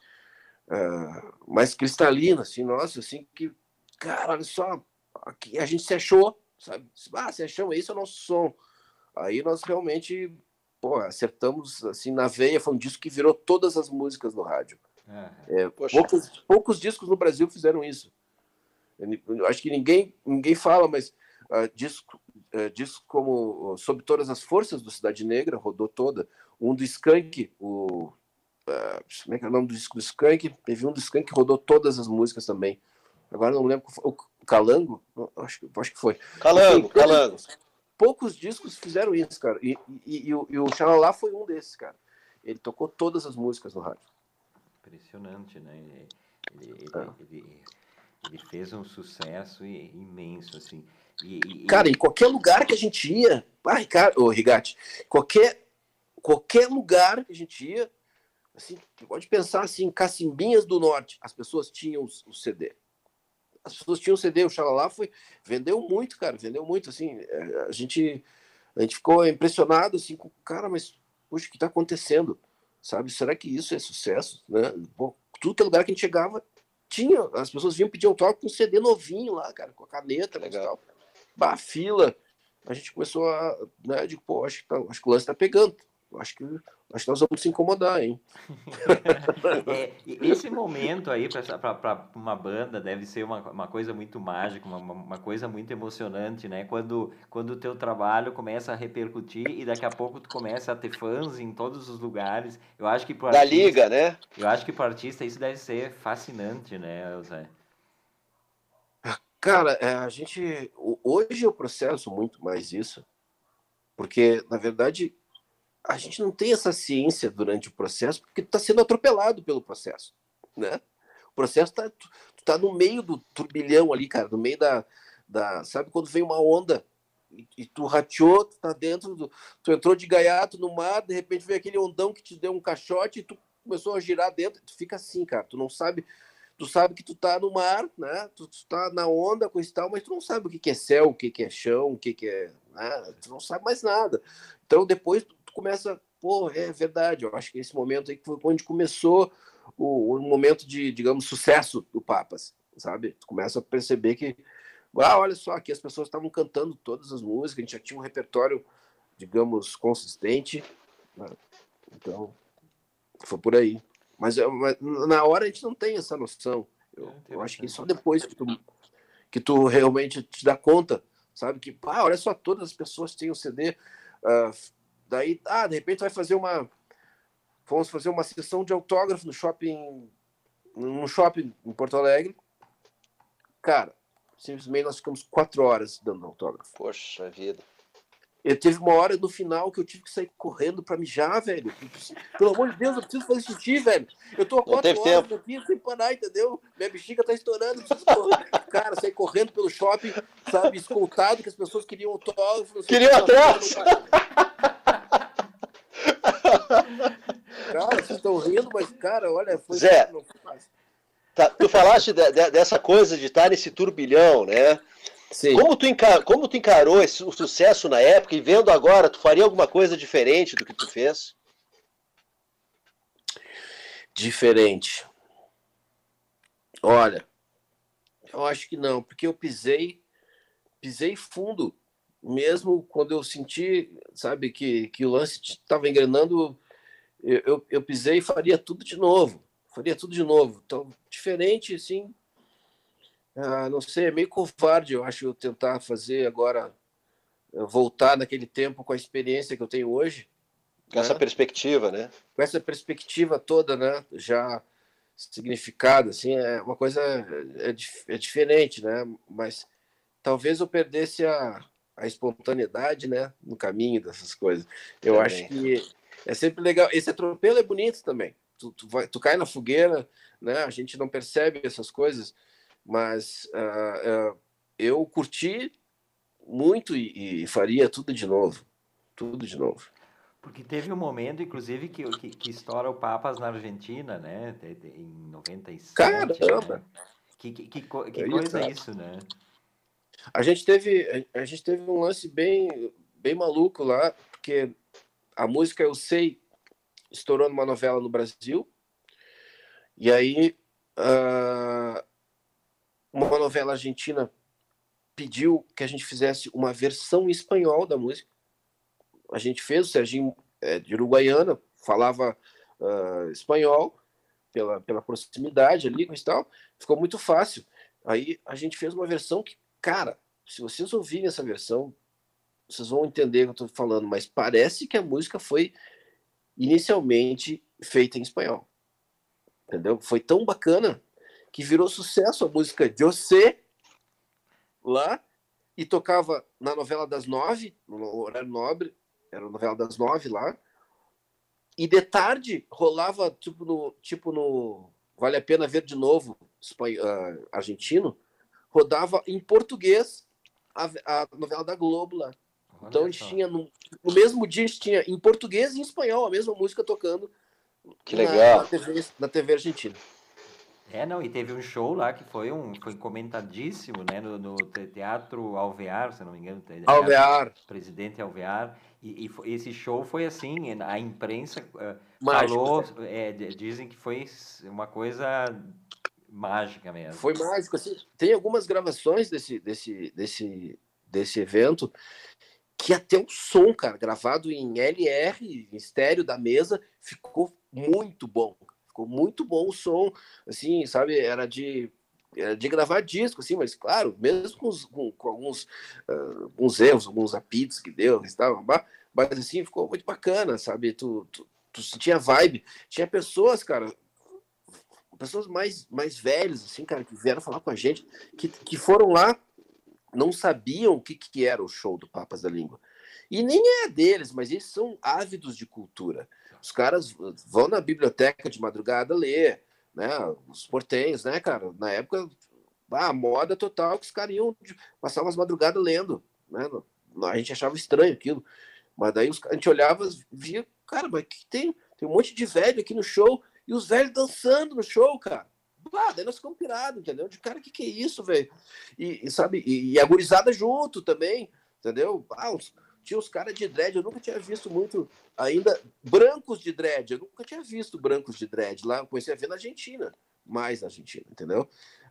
uh, mais cristalino, assim, nossa, assim que, cara, olha só, aqui a gente se achou, sabe? Ah, se achamos, esse é o nosso som. Aí nós realmente pô, acertamos assim na veia, foi um disco que virou todas as músicas no rádio. Ah, é, poucos, poucos discos no Brasil fizeram isso. Eu acho que ninguém, ninguém fala, mas uh, disco, uh, disco como uh, Sob Todas as Forças do Cidade Negra rodou toda. Um do Skank, o, uh, como é que é o nome do disco do Skank? Teve um do Skank que rodou todas as músicas também. Agora não lembro, o Calango? Acho, acho que foi. Calango, Enfim, Calango. Poucos discos fizeram isso, cara. E, e, e, o, e o Xalala foi um desses, cara. Ele tocou todas as músicas no rádio. Impressionante, né? Ele, ele, ele, ah. ele, ele fez um sucesso imenso, assim. E, e, cara, em qualquer lugar que a gente ia... Ai, cara, ô, Rigatti, qualquer, qualquer lugar que a gente ia, assim, pode pensar assim, Cacimbinhas do Norte, as pessoas tinham o, o C D. As pessoas tinham C D, o Xalala foi, vendeu muito, cara, vendeu muito, assim, a gente, a gente ficou impressionado, assim, com, cara, mas, puxa, o que tá acontecendo, sabe, será que isso é sucesso, né, pô, tudo que é lugar que a gente chegava, tinha, as pessoas vinham pedir autógrafo com um C D novinho lá, cara, com a caneta, legal, bah, fila, a gente começou a, né, digo, pô, acho que, tá, acho que o lance tá pegando, acho que, acho que nós vamos se incomodar, hein. É, esse momento aí para uma banda deve ser uma, uma coisa muito mágica, uma, uma coisa muito emocionante, né? Quando, quando o teu trabalho começa a repercutir e daqui a pouco tu começa a ter fãs em todos os lugares. Eu acho que pro da artista, liga, né? Eu acho que pro artista isso deve ser fascinante, né, Zé? Cara, a gente hoje eu processo muito mais isso, porque na verdade a gente não tem essa ciência durante o processo, porque tu tá sendo atropelado pelo processo, né? O processo tá, tu, tu tá no meio do turbilhão ali, cara, no meio da, da sabe quando vem uma onda e, e tu rateou, tu tá dentro do, tu entrou de gaiato no mar, de repente veio aquele ondão que te deu um caixote e tu começou a girar dentro, tu fica assim, cara, tu não sabe, tu sabe que tu tá no mar, né? Tu, tu tá na onda, coisa e tal, mas tu não sabe o que que é céu, o que que é chão, o que que é, né? Tu não sabe mais nada. Então depois começa, pô, é verdade, eu acho que esse momento aí foi onde começou o, o momento de, digamos, sucesso do Papas, sabe? Tu começa a perceber que, ah, olha só, aqui as pessoas estavam cantando todas as músicas, a gente já tinha um repertório digamos, consistente, né? Então, foi por aí. Mas, mas na hora a gente não tem essa noção. Eu, eu acho que só depois que tu, que tu realmente te dá conta, sabe? Que, ah, olha só, todas as pessoas têm o C D. Uh, daí, ah, de repente vai fazer uma... Vamos fazer uma sessão de autógrafo no shopping, no shopping em Porto Alegre. Cara, simplesmente nós ficamos quatro horas dando autógrafo. Poxa vida. Eu teve uma hora no final que eu tive que sair correndo pra mijar, velho. Pelo amor de Deus, eu preciso fazer xixi, velho. Eu tô há quatro horas aqui sem parar, entendeu? Minha bexiga tá estourando. Cara, sair correndo pelo shopping, sabe, escoltado, que as pessoas queriam autógrafo. Queriam atrás! Cara, vocês estão rindo, mas, cara, olha... Foi Zé, não foi fácil. Tá, tu falaste de, de, dessa coisa de estar nesse turbilhão, né? Sim. Como tu, encar... Como tu encarou esse, o sucesso na época e vendo agora, tu faria alguma coisa diferente do que tu fez? Diferente. Olha, eu acho que não, porque eu pisei, pisei fundo, mesmo quando eu senti, sabe, que, que o lance estava engrenando, eu, eu, eu pisei e faria tudo de novo, faria tudo de novo. Então, diferente, assim, ah, não sei, é meio covarde, eu acho, eu tentar fazer agora, voltar naquele tempo com a experiência que eu tenho hoje. Com essa né? perspectiva, né? Com essa perspectiva toda, né? Já significada, assim, é uma coisa é, é diferente, né? Mas talvez eu perdesse a, a espontaneidade, né? No caminho dessas coisas. Eu também acho que é sempre legal. Esse atropelo é bonito também. Tu, tu, vai, tu cai na fogueira, né? A gente não percebe essas coisas, mas uh, uh, eu curti muito e, e faria tudo de novo. Tudo de novo. Porque teve um momento, inclusive, que, que, que estoura o Papas na Argentina, né? Em noventa e sete. Caramba! Né? Que, que, que, que coisa é isso, né? A gente teve, a gente teve um lance bem, bem maluco lá, porque a música Eu Sei estourou numa novela no Brasil, e aí uh, uma novela argentina pediu que a gente fizesse uma versão em espanhol da música. A gente fez, o Serginho é de Uruguaiana, falava uh, espanhol, pela, pela proximidade ali e tal, ficou muito fácil. Aí a gente fez uma versão que, cara, se vocês ouvirem essa versão, vocês vão entender o que eu estou falando, mas parece que a música foi inicialmente feita em espanhol. Entendeu? Foi tão bacana que virou sucesso a música de Você lá, e tocava na novela das nove, no horário nobre, era a novela das nove lá, e de tarde rolava tipo no, tipo no Vale a Pena Ver de Novo, uh, argentino, rodava em português a, a novela da Globo lá. Olha então a gente tinha, no, no mesmo dia, a gente tinha em português e em espanhol a mesma música tocando. Que legal. Na, na, T V, na T V argentina. É, não, e teve um show lá que foi, um, foi comentadíssimo, né, no, no Teatro Alvear, se não me engano. Alvear. Presidente Alvear. E, e esse show foi assim, a imprensa uh, mágico, falou, né? é, dizem que foi uma coisa mágica mesmo. Foi mágico, assim. Tem algumas gravações desse, desse, desse, desse evento que até o som, cara, gravado em L R, em estéreo da mesa, ficou muito bom. Ficou muito bom o som, assim, sabe, era de, era de gravar disco, assim, mas claro, mesmo com, os, com, com alguns, uh, alguns erros, alguns apitos que deu, estava, mas assim, ficou muito bacana, sabe, tu, tu, tu sentia vibe, tinha pessoas, cara, pessoas mais, mais velhas, assim, cara, que vieram falar com a gente, que, que foram lá, não sabiam o que, que era o show do Papas da Língua, e nem é deles, mas eles são ávidos de cultura. Os caras vão na biblioteca de madrugada ler, né? Os portenhos, né, cara? Na época, a moda total que os caras iam passar umas madrugadas lendo, né? A gente achava estranho aquilo. Mas daí a gente olhava e via, cara, mas que tem? Tem um monte de velho aqui no show e os velhos dançando no show, cara. Ah, daí nós ficamos pirados, entendeu? De cara, o que, que é isso, velho? E, e, sabe, e, e a gurizada junto também, entendeu? Ah, os, tinha os caras de dread, eu nunca tinha visto muito ainda brancos de dread, eu nunca tinha visto brancos de dread lá, eu comecei a ver na Argentina, mais na Argentina, entendeu?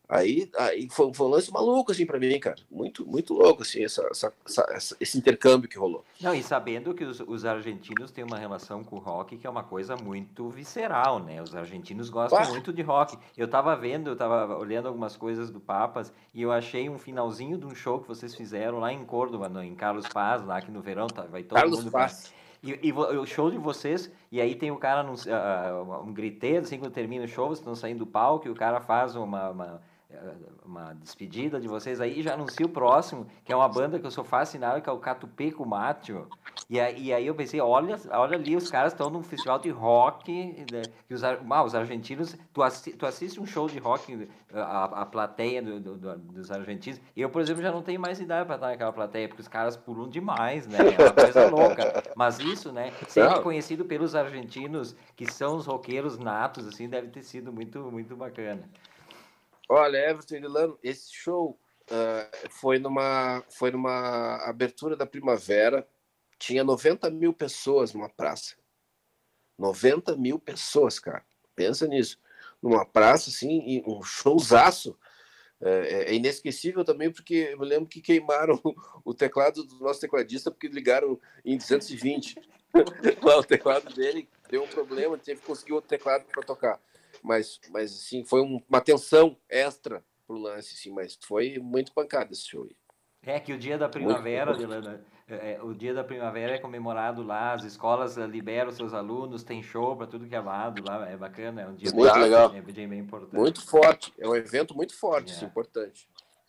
Aí, aí foi, foi um lance maluco, assim, pra mim, cara. Muito, muito louco, assim, essa, essa, essa, esse intercâmbio que rolou. Não, e sabendo que os, os argentinos têm uma relação com o rock que é uma coisa muito visceral, né? Os argentinos gostam Ah, muito de rock. Eu tava vendo, eu tava olhando algumas coisas do Papas e eu achei um finalzinho de um show que vocês fizeram lá em Córdoba, no, em Carlos Paz, lá que no verão tá, vai todo Carlos mundo pra... Paz. E, e o show de vocês, e aí tem o cara, num, uh, um griteiro, assim, quando termina o show, vocês estão saindo do palco e o cara faz uma... uma uma despedida de vocês aí, já anuncia o próximo, que é uma banda que eu sou fascinado, que é o Catupeco Macho. E aí, e aí eu pensei, olha, olha ali, os caras estão num festival de rock, né, que os, ah, os argentinos, tu, assi, tu assiste um show de rock, a, a plateia do, do, do, dos argentinos, e eu, por exemplo, já não tenho mais idade para estar naquela plateia, porque os caras pulam demais, né, é uma coisa louca. Mas isso, né, ser reconhecido pelos argentinos, que são os roqueiros natos, assim, deve ter sido muito, muito bacana. Olha, Everton e Delano, esse show uh, foi, numa, foi numa abertura da primavera, tinha noventa mil pessoas numa praça. noventa mil pessoas, cara. Pensa nisso. Numa praça, assim, um showzaço. É, é inesquecível também, porque eu me lembro que queimaram o teclado do nosso tecladista, porque ligaram em duzentos e vinte. Lá o teclado dele deu um problema, teve que conseguir outro teclado para tocar. Mas, mas assim, foi um, uma tensão extra pro lance, assim, mas foi muito pancada esse show aí. É que o dia da primavera, Delano, é, o dia da primavera é comemorado lá, as escolas liberam seus alunos, tem show para tudo que é lado lá, é bacana, é um dia muito bem, legal. É, é bem importante. Muito forte, é um evento muito forte, é. Assim, importante.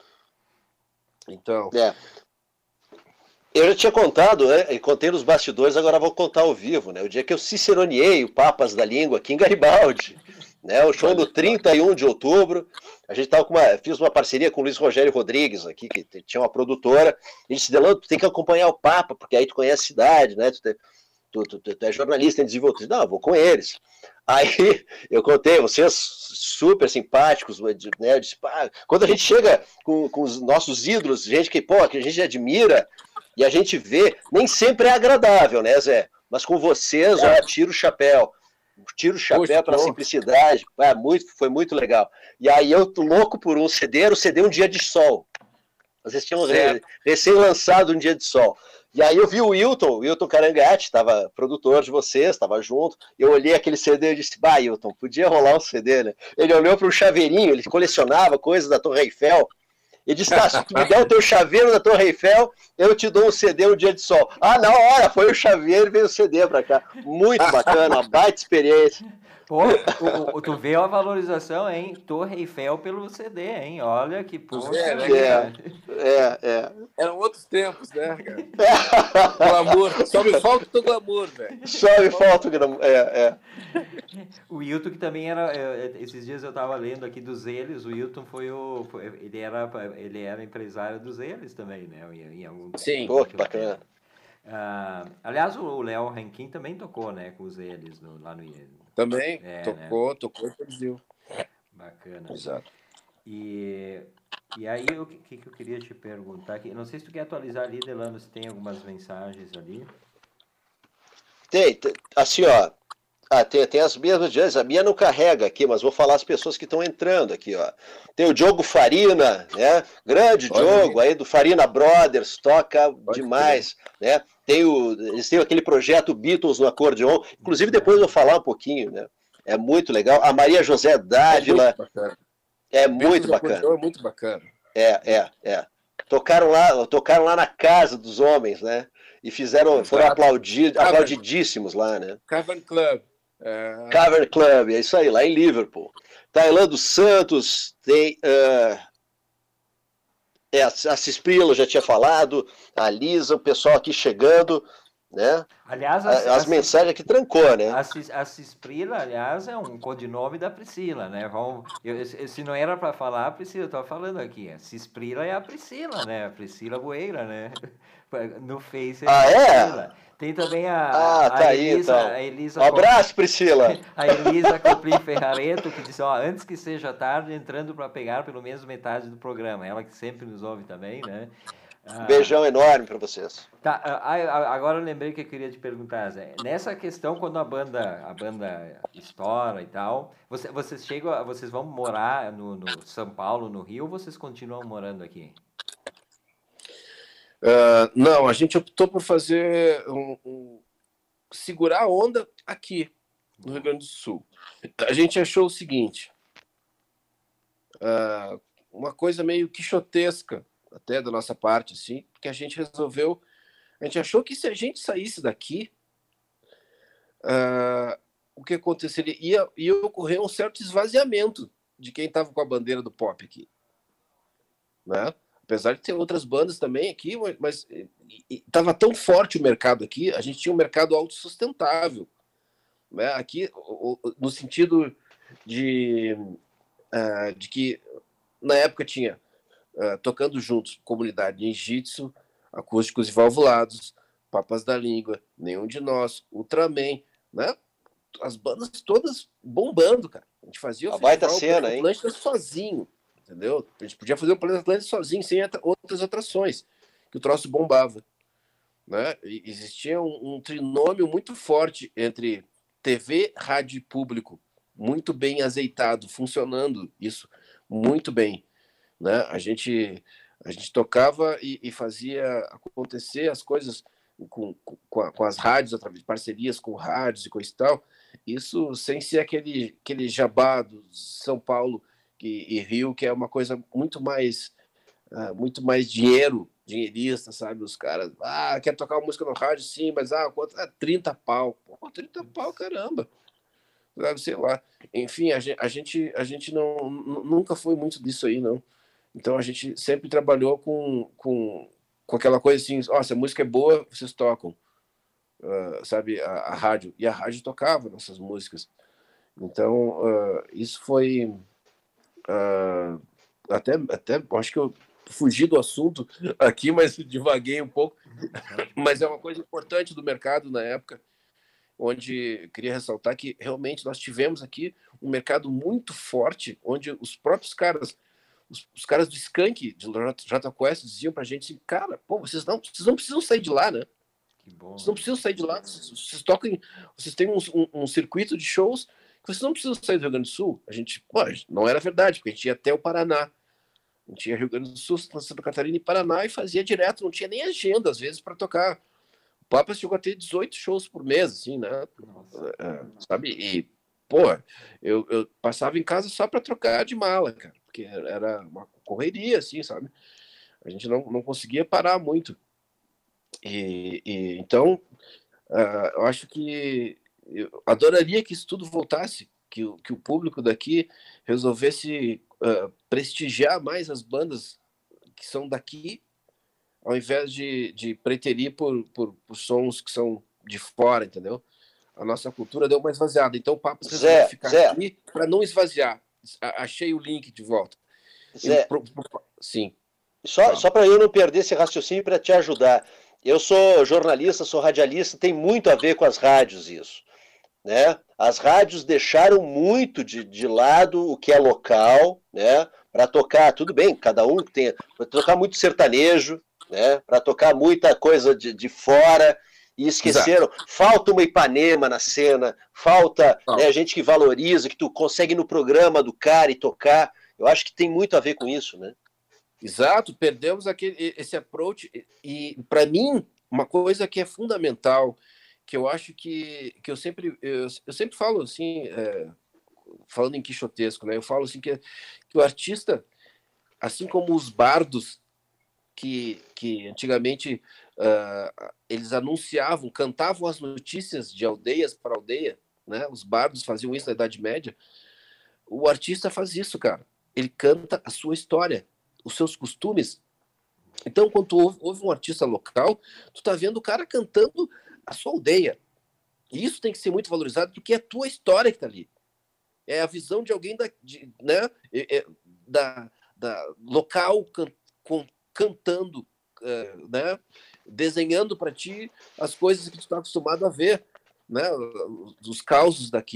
Então... É. Eu já tinha contado, né? Eu contei nos bastidores, agora vou contar ao vivo, né? O dia que eu ciceroneei o Papas da Língua aqui em Garibaldi, né? O show no trinta e um de outubro. A gente tava com uma, fiz uma parceria com o Luiz Rogério Rodrigues aqui, que tinha uma produtora. Ele disse, Delano, tu tem que acompanhar o Papa, porque aí tu conhece a cidade, né? Tu, tu, tu, tu, tu é jornalista em desenvolvimento. Não, eu vou com eles. Aí eu contei, vocês super simpáticos, né? Eu disse, pá, quando a gente chega com, com os nossos ídolos, gente que, pô, que a gente admira, e a gente vê, nem sempre é agradável, né, Zé? Mas com vocês, é. ó, tiro o chapéu. Tiro o chapéu pela simplicidade. É, muito, foi muito legal. E aí eu tô louco por um C D, era o C D Um Dia de Sol. Vocês tinham re, recém-lançado Um Dia de Sol. E aí eu vi o Wilton, o Wilton Carangati, estava produtor de vocês, estava junto. Eu olhei aquele C D e disse, bah, Wilton, podia rolar um C D, né? Ele olhou para um chaveirinho, ele colecionava coisas da Torre Eiffel. Ele disse, tá, se tu me der o teu chaveiro da Torre Eiffel, eu te dou um C D Um Dia de Sol. Ah, na hora, foi o chaveiro e veio o C D pra cá. Muito bacana, uma baita experiência. Pô, o, o, tu vê a valorização, hein? Torre Eiffel pelo C D, hein? Olha que porra. É, né, é, é, é. Eram outros tempos, né, cara? Glamour. Só me falta o glamour, velho. Só me falta o glamour, é, é. O Wilton, que também era, esses dias eu tava lendo aqui dos Eles, o Wilton foi o, foi, ele, era, ele era empresário dos Eles também, né? Em, em algum Sim. Pô, que bacana. Ah, aliás, o Léo Rankin também tocou, né, com os Eles, no, lá no... Também, é, tocou, né? tocou e produziu. Bacana. Exato. E, e aí, o que, que eu queria te perguntar aqui? Não sei se tu quer atualizar ali, Delano, se tem algumas mensagens ali. Tem, tem assim, ó. Ah, tem, tem as mesmas de antes. A minha não carrega aqui, mas vou falar as pessoas que estão entrando aqui, ó. Tem o Diogo Farina, né? Grande Pode Diogo ir. aí do Farina Brothers, toca Pode demais, ir. né? Tem o, eles têm aquele projeto Beatles no acordeon. Inclusive, depois eu vou falar um pouquinho, né? É muito legal. A Maria José Dávila. É muito bacana. É muito bacana. É muito bacana. É, é, é. Tocaram lá, tocaram lá na casa dos homens, né? E fizeram, foram aplaudidos, aplaudidíssimos lá, né? Cavern Club. É... Cavern Club, é isso aí, lá em Liverpool. Tailã dos Santos, tem uh, é, a Cisprila, já tinha falado, a Lisa, o pessoal aqui chegando, né? Aliás, a, as a, mensagens aqui trancou, né? A, a Cisprila, aliás, é um codinome da Priscila, né? Vamos, eu, se não era para falar a Priscila, eu tô falando aqui. A Cisprila é a Priscila, né? A Priscila Boeira, né? No Face é ah, a Priscila. É? Tem também a, ah, a, tá Elisa, aí, então. a Elisa. Um abraço, Priscila. A Elisa Coprim Ferrareto, que disse, ó, antes que seja tarde, entrando para pegar pelo menos metade do programa. Ela que sempre nos ouve também, né? Um beijão enorme para vocês. Tá, agora eu lembrei que eu queria te perguntar, Zé. Nessa questão, quando a banda, a banda estoura e tal, você, vocês chegam, vocês vão morar no, no São Paulo, no Rio, ou vocês continuam morando aqui? Uh, não, a gente optou por fazer um, um, segurar a onda aqui no Rio Grande do Sul. A gente achou o seguinte, uh, uma coisa meio quixotesca até da nossa parte, assim, porque a gente resolveu, a gente achou que se a gente saísse daqui, uh, o que aconteceria? Ia, ia ocorrer um certo esvaziamento de quem estava com a bandeira do pop aqui, né? Apesar de ter outras bandas também aqui, mas estava tão forte o mercado aqui, a gente tinha um mercado autossustentável, né? Aqui, no sentido de, uh, de que, na época, tinha uh, Tocando Juntos, Comunidade Ninjitsu, Acústicos e Valvulados, Papas da Língua, Nenhum de Nós, Ultraman, né? As bandas todas bombando, cara. A gente fazia o baita cena, hein? Atlântida sozinho. Entendeu? A gente podia fazer o Planeta Atlântico sozinho, sem outras atrações, que o troço bombava, né? E existia um, um trinômio muito forte entre T V, rádio e público, muito bem azeitado, funcionando isso muito bem, né? A gente, a gente tocava e, e fazia acontecer as coisas com, com, com as rádios, através de parcerias com rádios e coisa e tal, isso sem ser aquele, aquele jabá do São Paulo e Rio, que é uma coisa muito mais uh, muito mais dinheiro, dinheirista, sabe? Os caras, ah, quer tocar uma música no rádio? Sim, mas ah, quanto? Ah, trinta pau. Pô, trinta pau, caramba. Sabe, sei lá. Enfim, a gente, a gente, a gente não, nunca foi muito disso aí, não. Então a gente sempre trabalhou com, com, com aquela coisa assim, ó, oh, se a música é boa, vocês tocam, uh, sabe? A, a rádio. E a rádio tocava nossas músicas. Então, uh, isso foi... Uh, até, até acho que eu fugi do assunto aqui, mas divaguei um pouco. Mas é uma coisa importante do mercado na época, onde queria ressaltar que realmente nós tivemos aqui um mercado muito forte, onde os próprios caras, os, os caras do Skank, de Jota Quest, diziam pra gente assim, cara, pô, vocês não, vocês não precisam sair de lá, né? Que bom, vocês não precisam sair de lá, vocês, vocês tocam, vocês têm um, um, um circuito de shows que vocês não precisam sair do Rio Grande do Sul. A gente, pô, não era verdade, porque a gente ia até o Paraná. A gente ia Rio Grande do Sul, Santa Catarina e Paraná e fazia direto, não tinha nem agenda, às vezes, para tocar. O Papas chegou a ter dezoito shows por mês, assim, né? É, sabe? E, pô, eu, eu passava em casa só para trocar de mala, cara, porque era uma correria, assim, sabe? A gente não, não conseguia parar muito. E, e então, uh, eu acho que eu adoraria que isso tudo voltasse, que, que o público daqui resolvesse uh, prestigiar mais as bandas que são daqui, ao invés de, de preterir por, por, por sons que são de fora, entendeu? A nossa cultura deu uma esvaziada. Então o Papo resolveu ficar Zé. aqui para não esvaziar. Achei o link de volta. Zé, Eu, sim. Só, só para eu não perder esse raciocínio para te ajudar. Eu sou jornalista, sou radialista, tem muito a ver com as rádios isso. Né? As rádios deixaram muito de, de lado o que é local, né? Para tocar, tudo bem, cada um tem, para tocar muito sertanejo, né? Para tocar muita coisa de, de fora, e esqueceram. Exato. Falta uma Ipanema na cena, falta né, gente que valoriza, que tu consegue ir no programa do cara e tocar. Eu acho que tem muito a ver com isso, né? Exato, perdemos aquele, esse approach, e para mim, uma coisa que é fundamental, que eu acho que, que eu sempre eu, eu sempre falo assim, é, falando em quixotesco, né? Eu falo assim que, que o artista, assim como os bardos que, que antigamente uh, eles anunciavam, cantavam as notícias de aldeias para aldeia, né? Os bardos faziam isso na Idade Média. O artista faz isso, cara. Ele canta a sua história, os seus costumes. Então, quando tu ouve, ouve um artista local, tu tá vendo o cara cantando a sua aldeia. E isso tem que ser muito valorizado, porque é a tua história que tá ali. É a visão de alguém da, de, né, é, é, da, da local can, com, cantando, é, né, desenhando para ti as coisas que tu tá acostumado a ver, né, os causos daqui.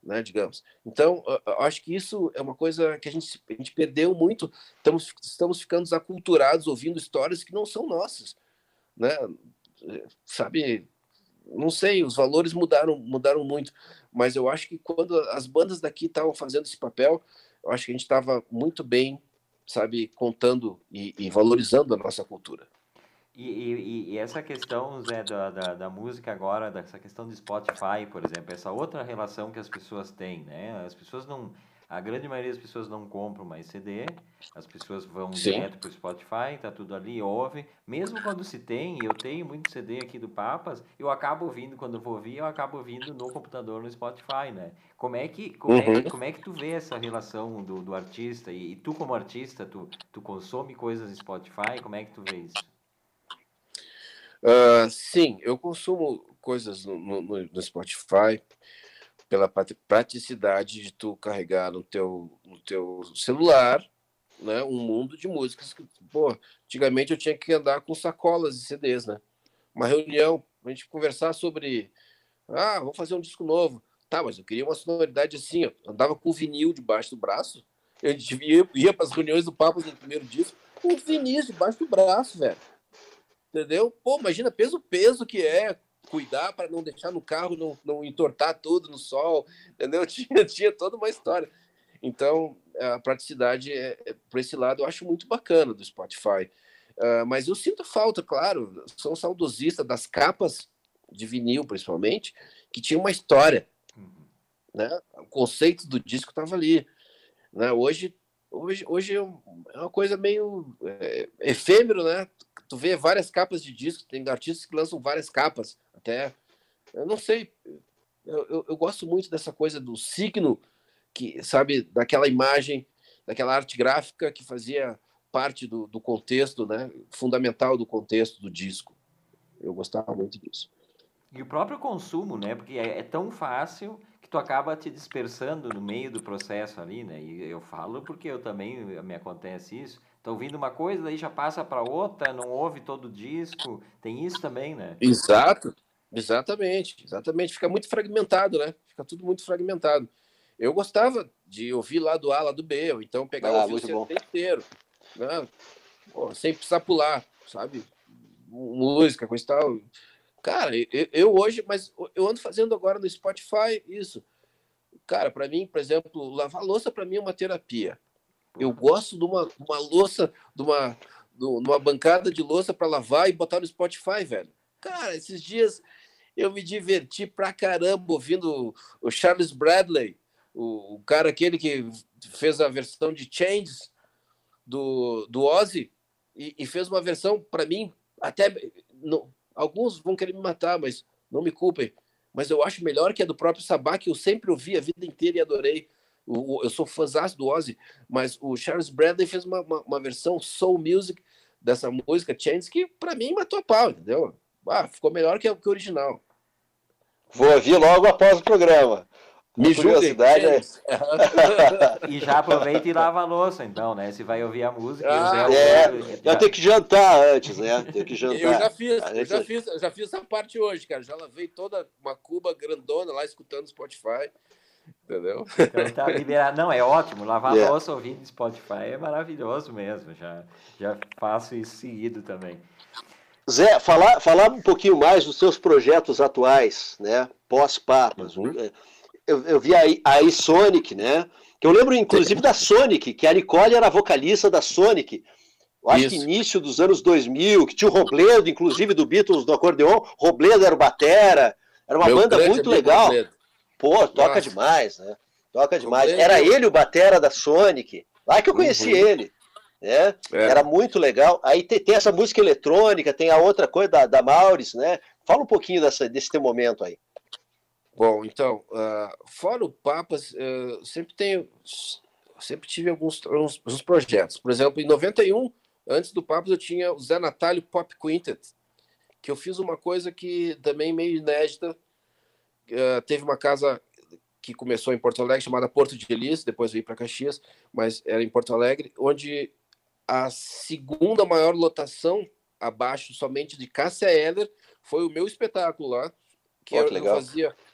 né, digamos. Então, eu acho que isso é uma coisa que a gente, a gente perdeu muito. Estamos, estamos ficando aculturados ouvindo histórias que não são nossas, né? Sabe, não sei, os valores mudaram, mudaram muito, mas eu acho que quando as bandas daqui estavam fazendo esse papel, eu acho que a gente estava muito bem, sabe, contando e, e valorizando a nossa cultura. E, e, e essa questão, Zé, da, da, da música agora, dessa questão do Spotify, por exemplo, essa outra relação que as pessoas têm, né? As pessoas não, a grande maioria das pessoas não compram mais C D, as pessoas vão Sim. direto para o Spotify, tá tudo ali, ouve. Mesmo quando se tem, e eu tenho muito C D aqui do Papas, eu acabo ouvindo, quando eu vou ouvir, eu acabo ouvindo no computador, no Spotify, né? Como é que, como Uhum. é que, como é que tu vê essa relação do, do artista? E, e tu, como artista, tu, tu consome coisas no Spotify? Como é que tu vê isso? Uh, sim, eu consumo coisas no, no, no Spotify pela praticidade de tu carregar no teu, no teu celular, né, um mundo de músicas que, pô, antigamente eu tinha que andar com sacolas de C Ds, né? Uma reunião, a gente conversar sobre, ah, vamos fazer um disco novo. Tá, mas eu queria uma sonoridade assim, eu andava com vinil debaixo do braço, eu ia, ia para as reuniões do Papas do primeiro disco, com vinil debaixo do braço, velho. Entendeu? Pô, imagina peso peso que é cuidar para não deixar no carro, não, não entortar tudo no sol, entendeu? Tinha, tinha toda uma história. Então, a praticidade, é, é, por esse lado, eu acho muito bacana do Spotify. Uh, mas eu sinto falta, claro, sou saudosista das capas de vinil, principalmente, que tinha uma história. Né? O conceito do disco estava ali. Né? Hoje, hoje, hoje é uma coisa meio é, efêmero, né? Tu vê várias capas de disco, tem artistas que lançam várias capas, até, eu não sei, eu, eu, eu gosto muito dessa coisa do signo, que, sabe, daquela imagem, daquela arte gráfica que fazia parte do, do contexto, né, fundamental do contexto do disco. Eu gostava muito disso. E o próprio consumo, né, porque é, é tão fácil que tu acaba te dispersando no meio do processo ali, né, e eu falo porque eu também, me acontece isso, tá ouvindo uma coisa, daí já passa para outra, não ouve todo o disco, tem isso também, né? Exato, exatamente, exatamente, fica muito fragmentado, né, fica tudo muito fragmentado. Eu gostava de ouvir lá do A, lá do B, ou então pegar ah, o C D inteiro, né, pô, sem precisar pular, sabe, música, coisa e tal. Cara, eu, eu hoje, mas eu ando fazendo agora no Spotify isso. Cara, para mim, por exemplo, lavar louça para mim é uma terapia. Eu gosto de uma, uma louça, de uma, de uma bancada de louça para lavar e botar no Spotify, velho. Cara, esses dias eu me diverti pra caramba ouvindo o Charles Bradley, o, o cara aquele que fez a versão de Changes do, do Ozzy, e, e fez uma versão, para mim, até... Não, alguns vão querer me matar, mas não me culpem. Mas eu acho melhor que a do próprio Sabá, que eu sempre ouvi a vida inteira e adorei. O, o, eu sou fãzaço do Ozzy, mas o Charles Bradley fez uma, uma, uma versão soul music dessa música, Changes, que para mim matou a pau, entendeu? Ah, ficou melhor que, que o original. Vou ouvir logo após o programa. Me curiosidade é... E já aproveita e lava a louça, então, né? Se vai ouvir a música. Ah, e o Zé é, ouve, eu já... tenho que jantar antes, né? Tenho que jantar. Eu já fiz, eu já fiz, eu já fiz essa parte hoje, cara. Já lavei toda uma cuba grandona lá escutando Spotify, entendeu? Então tá liberado. Não, é ótimo. Lavar yeah. louça ouvindo Spotify é maravilhoso mesmo. Já, já faço isso seguido também. Zé, falar, falar um pouquinho mais dos seus projetos atuais, né? Pós-Papas. Uhum. Eu, eu vi aí a iSonic, né? Que eu lembro, inclusive, da Sonic, que a Nicole era a vocalista da Sonic. Eu acho Isso. que início dos anos dois mil, que tinha o Robledo, inclusive, do Beatles, do acordeon. Robledo era o batera. Era uma Meu banda muito legal. Robledo. Pô, toca Nossa. demais, né? Toca demais. Robledo. Era ele o batera da Sonic. Lá que eu conheci uhum. ele. Né? É. Era muito legal. Aí tem, tem essa música eletrônica, tem a outra coisa da, da Mauris, né? Fala um pouquinho dessa, desse teu momento aí. Bom, então, uh, fora o Papas, uh, sempre tenho, sempre tive alguns uns, uns projetos. Por exemplo, em noventa e um, antes do Papas, eu tinha o Zé Natálio Pop Quintet, que eu fiz uma coisa que também meio inédita. Uh, teve uma casa que começou em Porto Alegre, chamada Porto de Elis, depois veio para Caxias, mas era em Porto Alegre, onde a segunda maior lotação, abaixo somente de Cássia Eller, foi o meu espetáculo lá, que oh, eu, que eu fazia...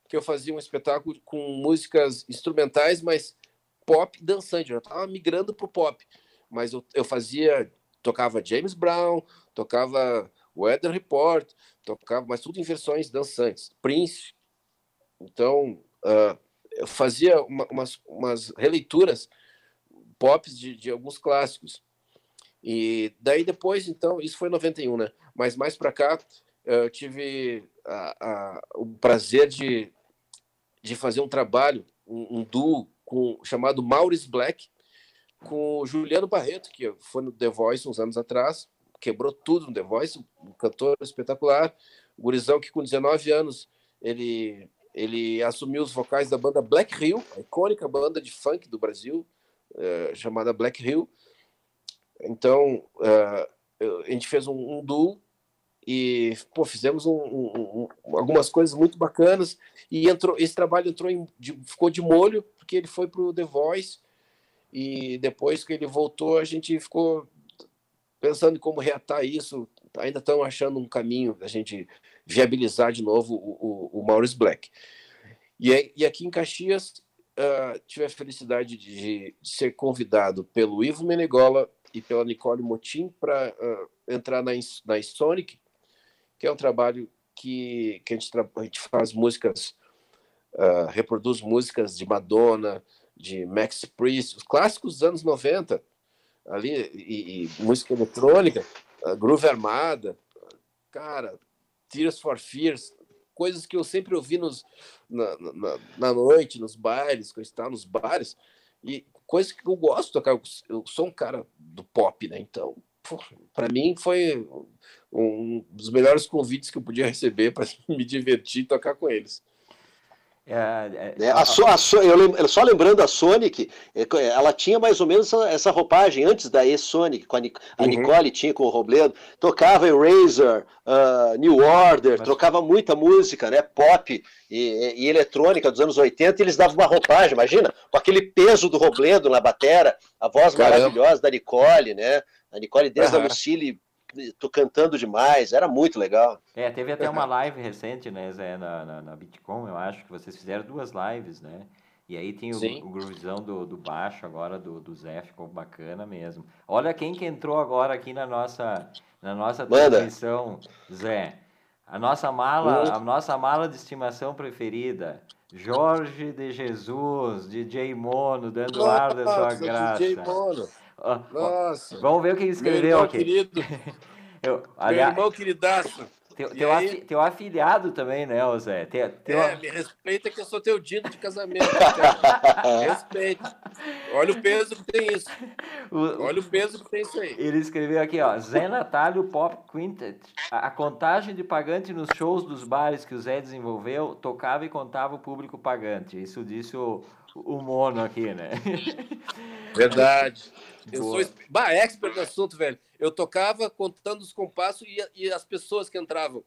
que eu fazia um espetáculo com músicas instrumentais, mas pop dançante. Eu já estava migrando para o pop, mas eu, eu fazia, tocava James Brown, tocava Weather Report, tocava, mas tudo em versões dançantes. Prince. Então, uh, eu fazia uma, umas, umas releituras pop de, de alguns clássicos. E daí depois, então, isso foi em noventa e um, né? Mas mais para cá, eu tive a, a, o prazer de, de fazer um trabalho, um, um duo com, chamado Maurice Black, com o Juliano Barreto, que foi no The Voice uns anos atrás, quebrou tudo no The Voice, um cantor espetacular, o gurizão que com dezenove anos ele, ele assumiu os vocais da banda Black Hill, a icônica banda de funk do Brasil, uh, chamada Black Hill. Então, uh, a gente fez um, um duo e pô, fizemos um, um, um, algumas coisas muito bacanas, e entrou, esse trabalho entrou em, de, ficou de molho, porque ele foi para o The Voice, e depois que ele voltou, a gente ficou pensando em como reatar isso. Ainda estão achando um caminho da gente viabilizar de novo o, o, o Maurice Black. E, e aqui em Caxias, uh, tive a felicidade de, de ser convidado pelo Ivo Menegola e pela Nicole Motim para uh, entrar na, na Sonic, que é um trabalho que, que a, gente, a gente faz músicas, uh, reproduz músicas de Madonna, de Max Priest, os clássicos dos anos noventa, ali, e, e música eletrônica, uh, Groove Armada, cara, Tears for Fears, coisas que eu sempre ouvi nos, na, na, na noite, nos bailes, quando eu estava nos bares, e coisas que eu gosto de tocar. Eu sou um cara do pop, né? Então, para mim foi um dos melhores convites que eu podia receber para me divertir e tocar com eles. É, é, a, a, a, eu lembro, só lembrando, a Sonic, ela tinha mais ou menos essa, essa roupagem antes da E-Sonic, a, Nic, a uhum. Nicole tinha com o Robledo, tocava Eraser, uh, New Order, Mas... trocava muita música, né, pop e, e eletrônica dos anos oitenta, e eles davam uma roupagem, imagina, com aquele peso do Robledo na batera, a voz Caramba. maravilhosa da Nicole, né, a Nicole desde uhum. a Lucille, tô cantando demais, era muito legal. É, teve até uma live recente, né, Zé, na, na, na Bitcoin, eu acho que vocês fizeram duas lives, né? E aí tem o, o groovizão do, do baixo agora, do, do Zé, ficou bacana mesmo. Olha quem que entrou agora aqui na nossa, na nossa transmissão, Zé. A nossa mala, a nossa mala de estimação preferida, Jorge de Jesus, D J Mono, dando nossa, ar da sua graça. D J Mono. Nossa. Vamos ver o que ele escreveu Meu irmão aqui. Querido. Eu, aliás, Meu irmão queridaço. Teu, teu, afi, teu afilhado também, né, Zé? Teu, teu... É, me respeita que eu sou teu dito de casamento. Cara. Respeita. Olha o peso que tem isso. O, Olha o peso que tem isso aí. Ele escreveu aqui, ó, Zé Natálio Pop Quintet. A, a contagem de pagante nos shows dos bares que o Zé desenvolveu, tocava e contava o público pagante. Isso disse o, o Mono aqui, né? Verdade. Eu Boa. sou bah, expert no assunto, velho. Eu tocava contando os compassos e, e as pessoas que entravam.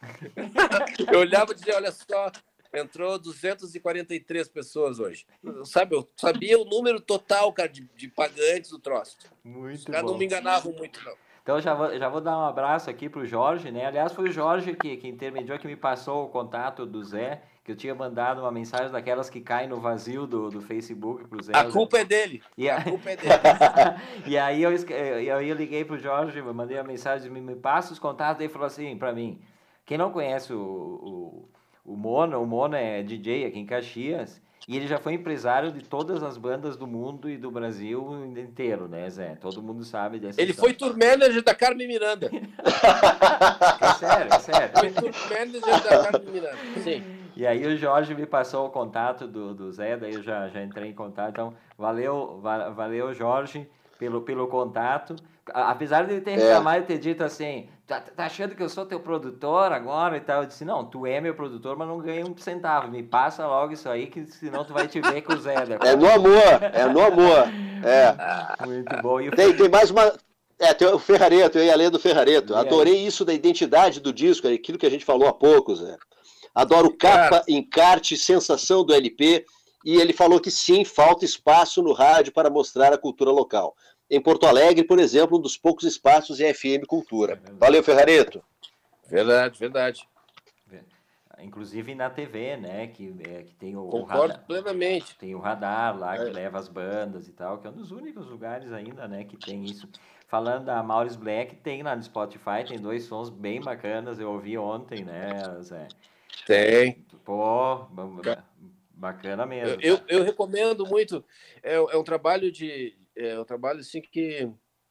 Eu olhava e dizia, olha só, entrou duzentas e quarenta e três pessoas hoje. Sabe, eu sabia o número total, cara, de, de pagantes do troço. Muito Os caras bom. não me enganavam muito, não. Então, já vou, já vou dar um abraço aqui pro Jorge, né? Aliás, foi o Jorge que, que intermediou, que me passou o contato do Zé, que eu tinha mandado uma mensagem daquelas que caem no vazio do, do Facebook pro Zé. A culpa é dele. E a... a culpa é dele. E aí eu, eu, eu liguei pro Jorge, mandei uma mensagem, me, me passa os contatos, ele falou assim para mim, quem não conhece o, o, o Mono, o Mono é D J aqui em Caxias, e ele já foi empresário de todas as bandas do mundo e do Brasil inteiro, né, Zé? Todo mundo sabe dessa Ele história. foi tour manager da Carmen Miranda. É sério, é sério. Foi tour manager da Carmen Miranda, sim. E aí o Jorge me passou o contato do, do Zé, daí eu já, já entrei em contato. Então, valeu, va, valeu Jorge, pelo, pelo contato. Apesar de ele ter reclamado e ter dito assim, tá, tá achando que eu sou teu produtor agora e tal? Eu disse, não, tu é meu produtor, mas não ganhei um centavo. Me passa logo isso aí, que senão tu vai te ver com o Zé. Depois. É no amor, é no amor. É. Muito bom. E o tem, tem mais uma... É, tem o Ferrareto, eu ia ler do Ferrareto. E Adorei aí? Isso da identidade do disco, aquilo que a gente falou há pouco, Zé. Adoro capa, encarte, sensação do L P, e ele falou que sim, falta espaço no rádio para mostrar a cultura local. Em Porto Alegre, por exemplo, um dos poucos espaços é F M Cultura. Valeu, Ferrareto. Verdade, verdade. inclusive na T V, né? Que, é, que tem o, o Concordo radar, plenamente. tem o radar lá que É. leva as bandas e tal, que é um dos únicos lugares ainda, né? Que tem isso. Falando da Maurice Black, tem lá no Spotify, tem dois sons bem bacanas, eu ouvi ontem, né, Zé? Tem. Pô, ba- ba- bacana Eu, mesmo, eu, cara. eu recomendo muito. É, é um trabalho de. É um trabalho assim que,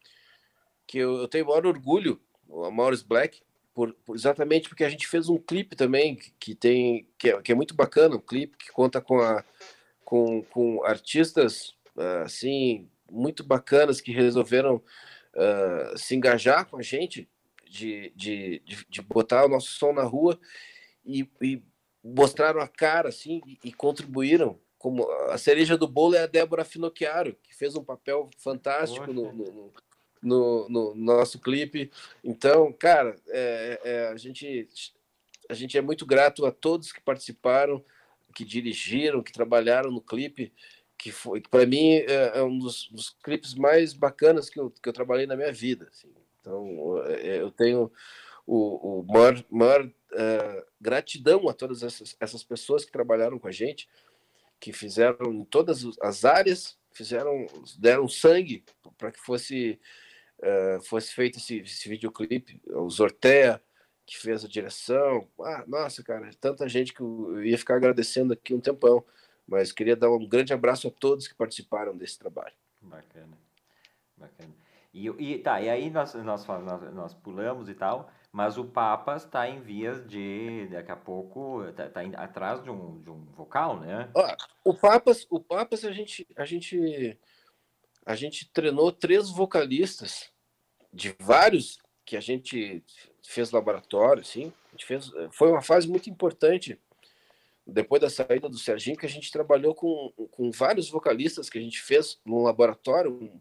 que eu, eu tenho o maior orgulho, o Maurice Black, por, por- exatamente porque a gente fez um clipe também que, que tem que é, que é muito bacana, um clipe que conta com, a, com, com artistas ah, assim muito bacanas que resolveram ah, se engajar com a gente de, de, de, de botar o nosso som na rua e, e mostraram a cara assim e, e contribuíram. Como a cereja do bolo é a Débora Finocchiaro, que fez um papel fantástico Poxa, no, no, no, no nosso clipe. Então, cara, é, é, a gente a gente é muito grato a todos que participaram, que dirigiram, que trabalharam no clipe, que foi, para mim, é, é um dos, dos clipes mais bacanas que eu, que eu trabalhei na minha vida. Assim. Então, é, eu tenho o, o maior, maior uh, gratidão a todas essas, essas pessoas que trabalharam com a gente, que fizeram em todas as áreas, fizeram, deram sangue para que fosse, uh, fosse feito esse, esse videoclipe. O Zortea, que fez a direção. Ah, nossa, cara, tanta gente que eu ia ficar agradecendo aqui um tempão, mas queria dar um grande abraço a todos que participaram desse trabalho. bacana, bacana. E, e tá, e aí nós, nós, nós, nós pulamos e tal, mas o Papas está em vias de, daqui a pouco, tá, tá indo atrás de um, de um vocal, né? Ah, o Papas, o Papas a gente, a gente, a gente treinou três vocalistas de vários que a gente fez laboratório, assim. A gente fez, foi uma fase muito importante depois da saída do Serginho, que a gente trabalhou com, com vários vocalistas que a gente fez no laboratório, um,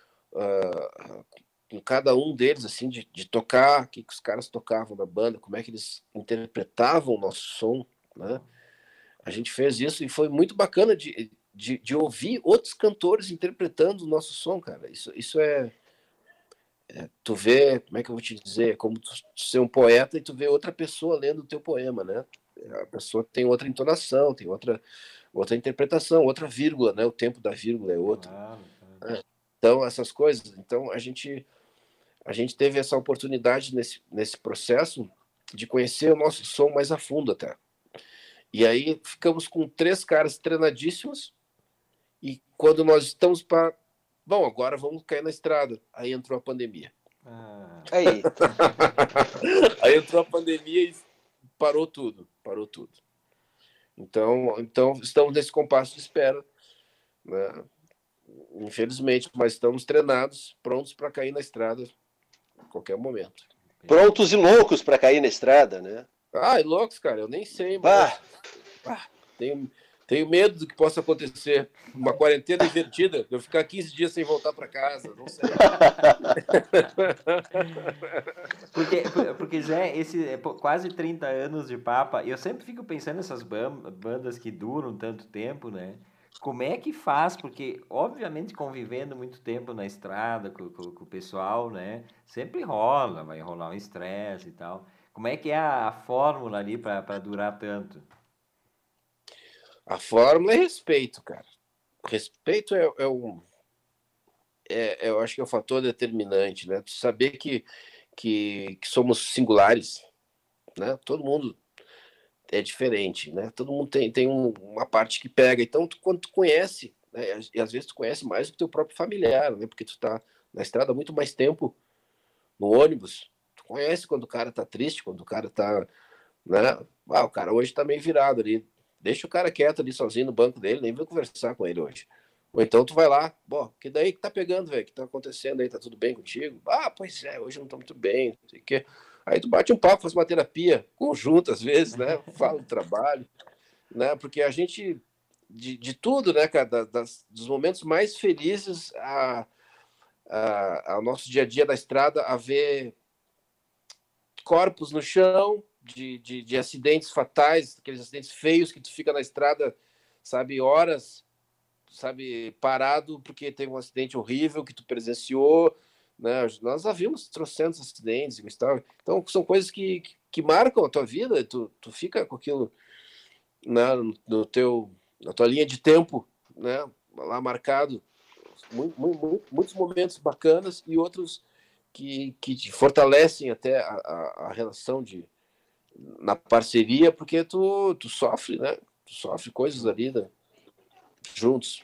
uh, com cada um deles, assim, de, de tocar, o que, que os caras tocavam na banda, como é que eles interpretavam o nosso som, né? A gente fez isso e foi muito bacana de, de, de ouvir outros cantores interpretando o nosso som, cara. Isso, isso é, é, tu vê, como é que eu vou te dizer, como tu ser um poeta e tu vê outra pessoa lendo o teu poema, né? A pessoa tem outra entonação, tem outra, outra interpretação, outra vírgula, né? O tempo da vírgula é outro. Claro, claro. Né? Então, essas coisas. Então, a gente, a gente teve essa oportunidade nesse, nesse processo de conhecer o nosso som mais a fundo até. E aí ficamos com três caras treinadíssimos e quando nós estamos para... Bom, agora vamos cair na estrada. Aí entrou a pandemia. Ah, Aí, Aí entrou a pandemia e parou tudo, parou tudo. Então, então estamos nesse compasso de espera, né? Infelizmente, mas estamos treinados, prontos para cair na estrada a qualquer momento. prontos e loucos para cair na estrada, né? Ai, loucos, cara, eu nem sei, Bah, mas ah, tenho, tenho medo do que possa acontecer. Uma quarentena invertida, eu ficar quinze dias sem voltar para casa, não sei. porque, porque Zé, esse é, pô, quase trinta anos de Papa, eu sempre fico pensando nessas bam- bandas que duram tanto tempo, né? Como é que faz? Porque, obviamente, convivendo muito tempo na estrada com, com- com o pessoal, né? Sempre rola, vai rolar um estresse e tal. Como é que é a, a fórmula ali para durar tanto? A fórmula é respeito, cara. Respeito é, é um. É, eu acho que é o fator determinante, né? Saber que, que, que somos singulares, né? Todo mundo é diferente, né? Todo mundo tem, tem um, uma parte que pega. Então, tu, quando tu conhece, né? E às vezes tu conhece mais do que teu próprio familiar, né? Porque tu tá na estrada há muito mais tempo, no ônibus. Tu conhece quando o cara tá triste, quando o cara tá, né? Ah, o cara hoje tá meio virado ali. Deixa o cara quieto ali sozinho no banco dele, nem vem conversar com ele hoje. Ou então tu vai lá, bom, que daí que tá pegando, velho? Que tá acontecendo aí? Tá tudo bem contigo? Ah, pois é, hoje não tô muito bem, não sei o quê. Aí tu bate um papo, faz uma terapia conjunta, às vezes, né? Fala do trabalho, né? Porque a gente, de, de tudo, né, cara, das, dos momentos mais felizes a, a, ao nosso dia a dia da estrada, a ver corpos no chão, de, de, de acidentes fatais, aqueles acidentes feios que tu fica na estrada, sabe, horas, sabe, parado porque teve um acidente horrível que tu presenciou, né? Nós já vimos trocentos acidentes e tal. Então, são coisas que, que, que marcam a tua vida, tu, tu fica com aquilo, né, no teu, na tua linha de tempo, né, lá marcado, muito, muito, muitos momentos bacanas e outros que, que te fortalecem até a, a, a relação de, na parceria, porque tu, tu sofre, né? Tu sofre coisas da vida juntos.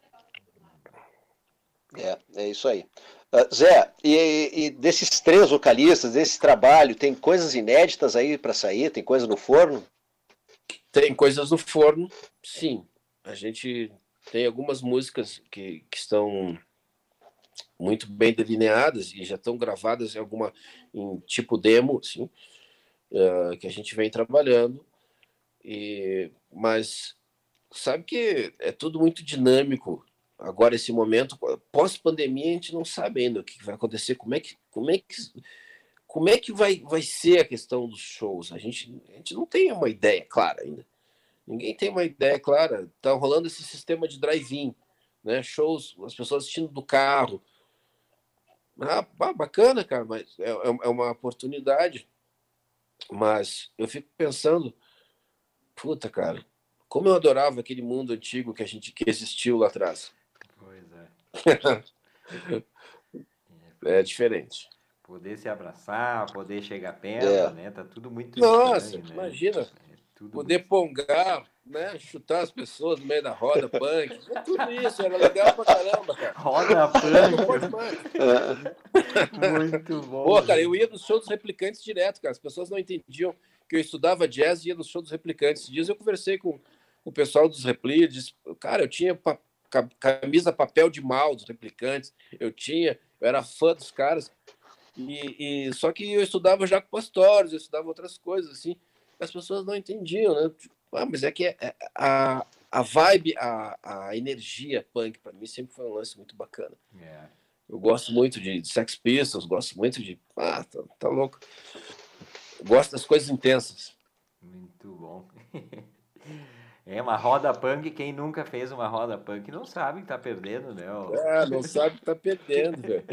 É, é isso aí. Uh, Zé, e, e desses três vocalistas, desse trabalho, tem coisas inéditas aí para sair? Tem coisa no forno? Tem coisas no forno, sim. A gente tem algumas músicas que, que estão muito bem delineadas e já estão gravadas em alguma em tipo demo, assim, uh, que a gente vem trabalhando. E, mas sabe que é tudo muito dinâmico. Agora, esse momento, pós-pandemia, a gente não sabe ainda o que vai acontecer, como é que, como é que, como é que vai, vai ser a questão dos shows. A gente, a gente não tem uma ideia clara ainda. Ninguém tem uma ideia clara. Está rolando esse sistema de drive-in, né? Shows, as pessoas assistindo do carro. Ah, bacana, cara, mas é, é uma oportunidade. Mas eu fico pensando, puta, cara, como eu adorava aquele mundo antigo que a gente que existiu lá atrás. Pois é. É diferente. Poder se abraçar, poder chegar perto, É. né? Tá tudo muito Nossa, estranho, né? imagina. É tudo Poder muito... pongar, né? Chutar as pessoas no meio da roda punk. É tudo isso, era legal pra caramba, cara. Roda punk. É. Muito bom. Pô, cara, eu ia nos shows dos Replicantes direto, cara. As pessoas não entendiam que eu estudava jazz e ia nos shows dos Replicantes. Esses dias eu conversei com, com o pessoal dos Repli, disse, cara, eu tinha pa, camisa papel de mal dos Replicantes, eu tinha, eu era fã dos caras. E, e, só que eu estudava já com Pastores, eu estudava outras coisas, assim, as pessoas não entendiam, né? Ah, mas é que é, é, a, a vibe, a, a energia punk, para mim, sempre foi um lance muito bacana. Yeah. Eu gosto muito de Sex Pistols, gosto muito de... Ah, tá, tá louco. Eu gosto das coisas intensas. Muito bom. É uma roda punk, quem nunca fez uma roda punk não sabe que tá perdendo, né? É, não sabe que tá perdendo, velho.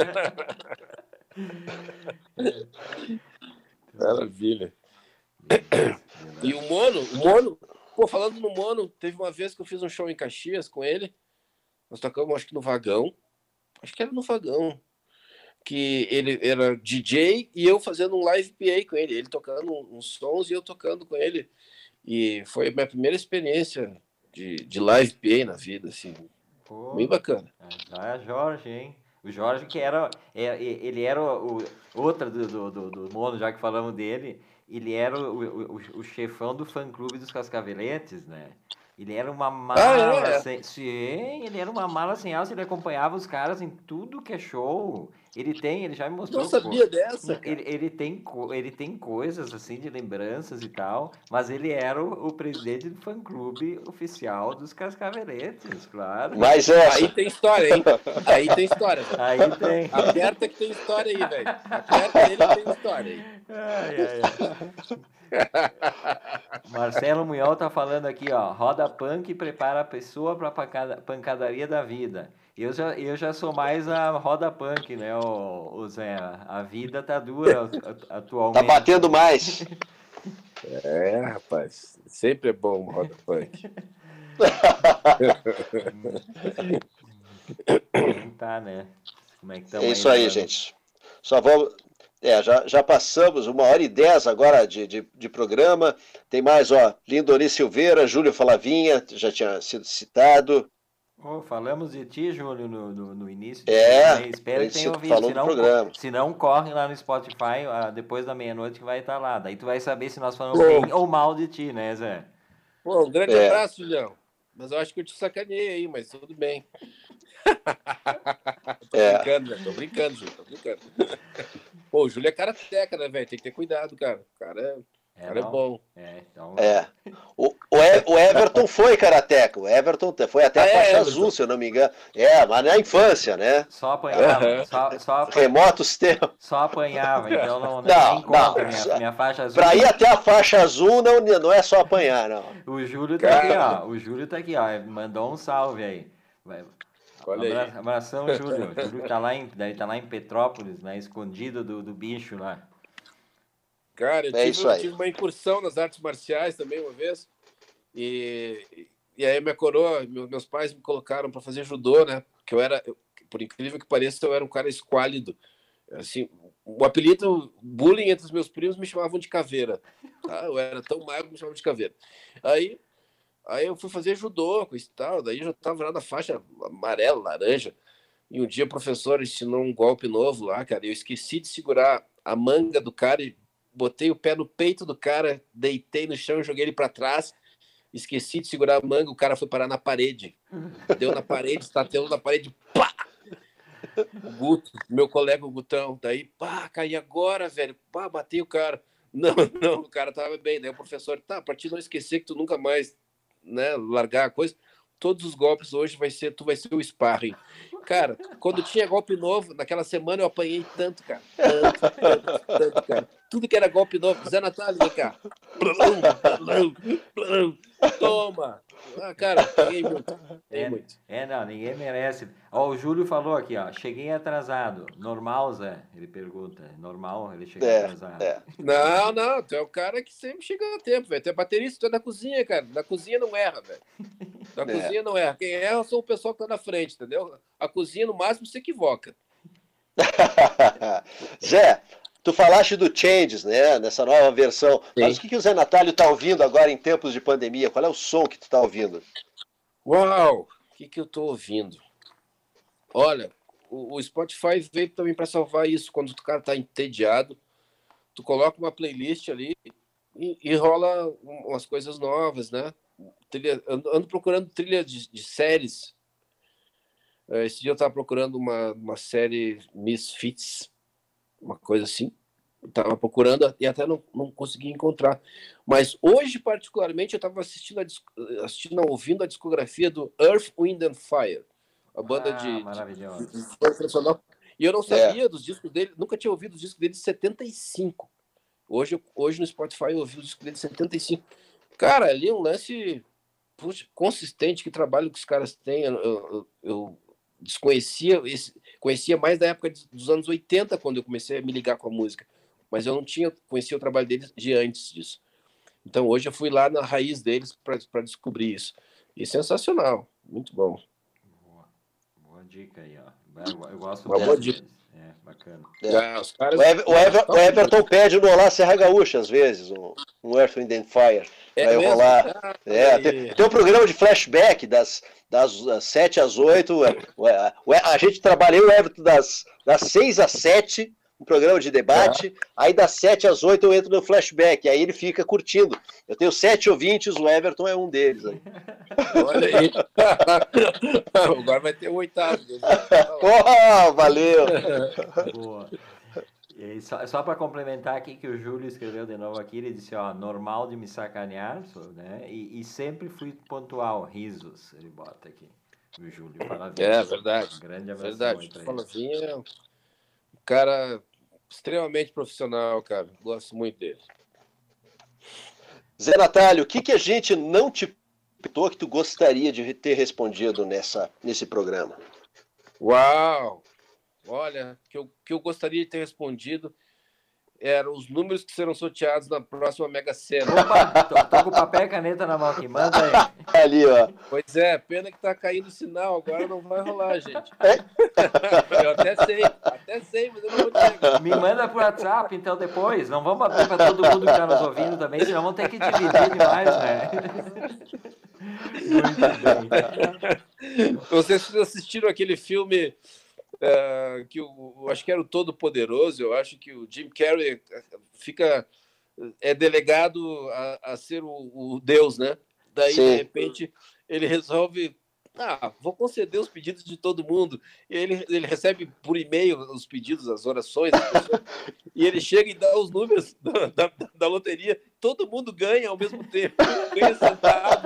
Maravilha. E o Mono, o Mono, pô, falando no Mono, teve uma vez que eu fiz um show em Caxias com ele, nós tocamos, acho que no Vagão, acho que era no Vagão, que ele era D J e eu fazendo um live P A com ele, ele tocando uns sons e eu tocando com ele, e foi a minha primeira experiência de, de live P A na vida, assim, pô, bem bacana. Ah, Jorge, hein? O Jorge que era, ele era o, outra do, do, do Mono, já que falamos dele, ele era o, o, o chefão do fã-clube dos Cascaveletes, né? Ele era uma mala, ah, é? sem, sim, ele era uma mala sem alça, ele acompanhava os caras em tudo que é show. Ele tem, ele já me mostrou. Não sabia dessa, cara. Ele, ele, tem, ele tem coisas assim de lembranças e tal, mas ele era o, o presidente do fã-clube oficial dos Cascaveletes, claro. Mas é, aí tem história, hein? Aí tem história. Aí tem. Aperta que tem história aí, velho. Aperta ele que tem história aí. Ai, ai, ai. Marcelo Munhol tá falando aqui, ó, roda punk prepara a pessoa para a pancadaria da vida. Eu já, eu já sou mais a roda punk, né, o, o Zé? A vida tá dura atualmente. Tá batendo mais. É, rapaz, sempre é bom roda punk. Tá, né? Como é que tá? É isso aí, gente. Só vou... É, já, já passamos uma hora e dez agora de, de, de programa. Tem mais, ó, Lindoni Silveira, Júlio Falavinha, já tinha sido citado. Oh, falamos de ti, Júlio, no, no, no início. É, né? Espero que tenha ouvido. Falou se, não, no programa. se não, corre lá no Spotify depois da meia-noite que vai estar lá. Daí tu vai saber se nós falamos Pô. bem ou mal de ti, né, Zé? Pô, um grande é. abraço, Julião. Mas eu acho que eu te sacaneei aí, mas tudo bem. tô é. brincando, né? Tô brincando, Júlio, tô brincando. Pô, o Júlio é karateca, né, velho? Tem que ter cuidado, cara. O cara é, é, cara é bom. É, então... é. O, o, e, o Everton foi karateca. O Everton foi até a ah, faixa é, azul, se eu não me engano. É, mas na infância, né? Só apanhava. Uhum. Só, só apanhava. Remotos tempos. Só apanhava, então não, não nem conta não, minha, minha faixa azul. Pra ir até a faixa azul não, não é só apanhar, não. O Júlio tá cara... aqui, ó. O Júlio tá aqui, ó. Mandou um salve aí. Vai... Olha Abra... aí. Abração, Júlio. O Júlio tá lá em, daí tá lá em Petrópolis, né? Escondido do, do bicho lá. Cara, eu É tive, isso eu aí. tive uma incursão nas artes marciais também uma vez. E, e aí minha coroa, meu- meus pais me colocaram para fazer judô, né? Porque eu era, eu- por incrível que pareça, eu era um cara esquálido. Assim, o apelido bullying entre os meus primos me chamavam de caveira. Tá? Eu era tão magro que me chamavam de caveira. Aí, aí eu fui fazer judô com isso e tal. Daí eu já estava lá na faixa amarela, laranja. E um dia o professor ensinou um golpe novo lá, cara. E eu esqueci de segurar a manga do cara e botei o pé no peito do cara, deitei no chão e joguei ele para trás. Esqueci de segurar a manga, o cara foi parar na parede. Deu na parede, estateu na parede, pá! O Guto, meu colega o Gutão, daí, pá, caí agora, velho, pá, batei o cara. Não, não, o cara tava bem. Daí o professor, tá, a partir de não esquecer que tu nunca mais, né, largar a coisa, todos os golpes hoje vai ser, tu vai ser o sparring. Cara, quando tinha golpe novo, naquela semana eu apanhei tanto, cara, tanto, tanto, tanto, cara. Tudo que era golpe novo. Zé Natália, vem cá. Blum, blum, blum. Toma. Ah, cara, apanhei muito. Apanhei É, muito. é, não, ninguém merece. Ó, o Júlio falou aqui, ó. Cheguei atrasado. Normal, Zé? Ele pergunta. Normal ele chegar É, atrasado. é. Não, não, tu é o cara que sempre chega a tempo, velho. Tu é baterista, tu é da cozinha, cara. Na cozinha não erra, velho. Na É. cozinha não erra. Quem erra são o pessoal que tá na frente, entendeu? A cozinha, no máximo, se equivoca. Zé, tu falaste do Changes, né? Nessa nova versão. Mas Sim. o que, que o Zé Natálio tá ouvindo agora em tempos de pandemia? Qual é o som que tu tá ouvindo? Uau! O que, que eu tô ouvindo? Olha, o, o Spotify veio também para salvar isso. Quando o cara tá entediado, tu coloca uma playlist ali e, e rola um- umas coisas novas, né? Trilha, ando, ando procurando trilha de, de séries. Eh, Esse dia eu estava procurando uma, uma série Misfits, uma coisa assim. Estava procurando e até não, não consegui encontrar. Mas hoje, particularmente, eu estava assistindo, a, dis- assistindo, não, ouvindo a discografia do Earth, Wind and Fire, a banda Ah, de, de, maravilhoso. de funk nacional. E eu não É. sabia dos discos dele, nunca tinha ouvido os discos dele de setenta e cinco. Hoje, eu- hoje no Spotify eu ouvi os discos dele de setenta e cinco. Cara, ali é um lance puxa, consistente, que trabalho que os caras têm. Eu, eu- eu desconhecia, esse, conhecia mais da época de- dos anos oitenta, quando eu comecei a me ligar com a música. Mas eu não tinha conhecia o trabalho deles de antes disso. Então hoje eu fui lá na raiz deles para descobrir isso. E sensacional, muito bom. Boa, boa dica aí, ó. Eu, eu gosto Uma muito boa deles. dica. É, bacana. É. Ah, os caras, O, Ever- o ah, Ever- o top Everton demais. pede no Olá Serra Gaúcha, às vezes, um, um Earth, Wind and Fire, É pra eu mesmo? rolar. Ah, É, olha tem, aí. tem um programa de flashback das, das, das sete às oito. o- o- A gente trabalhei o Everton das, das seis às sete, um programa de debate. Aí das sete às oito eu entro no flashback, aí ele fica curtindo. Eu tenho sete ouvintes, o Everton é um deles. Aí. Olha aí. Agora vai ter o oitavo. Oh, valeu! Boa. E só só para complementar aqui que o Júlio escreveu de novo aqui, ele disse, ó, normal de me sacanear, sou, né? E, e sempre fui pontual, risos, ele bota aqui. O Júlio fala É verdade. Um grande abraço Verdade. aí pra ele. Fala Vinha é um cara extremamente profissional, cara. Gosto muito dele. Zé Natálio, o que, que a gente não te perguntou que tu gostaria de ter respondido nessa, nesse programa? Uau! Olha, que eu, que eu gostaria de ter respondido eram os números que serão sorteados na próxima Mega Sena. Opa, tô, tô com papel e caneta na mão aqui, manda aí. Ali, ó. Pois é, pena que tá caindo o sinal, agora não vai rolar, gente. Eu até sei, até sei, mas eu não vou dizer. Me manda por WhatsApp, então, depois. Não vamos abrir para todo mundo que está nos ouvindo também, senão vamos ter que dividir demais, né? Muito bem. Vocês assistiram aquele filme uh, que o, eu acho que era o Todo-Poderoso, eu acho que o Jim Carrey fica é delegado a, a ser o, o Deus, né? Daí, Sim. de repente, ele resolve, ah, vou conceder os pedidos de todo mundo. E ele, ele recebe por e-mail os pedidos, as orações, das pessoas, e ele chega e dá os números da, da, da loteria, todo mundo ganha ao mesmo tempo, ganha centavos.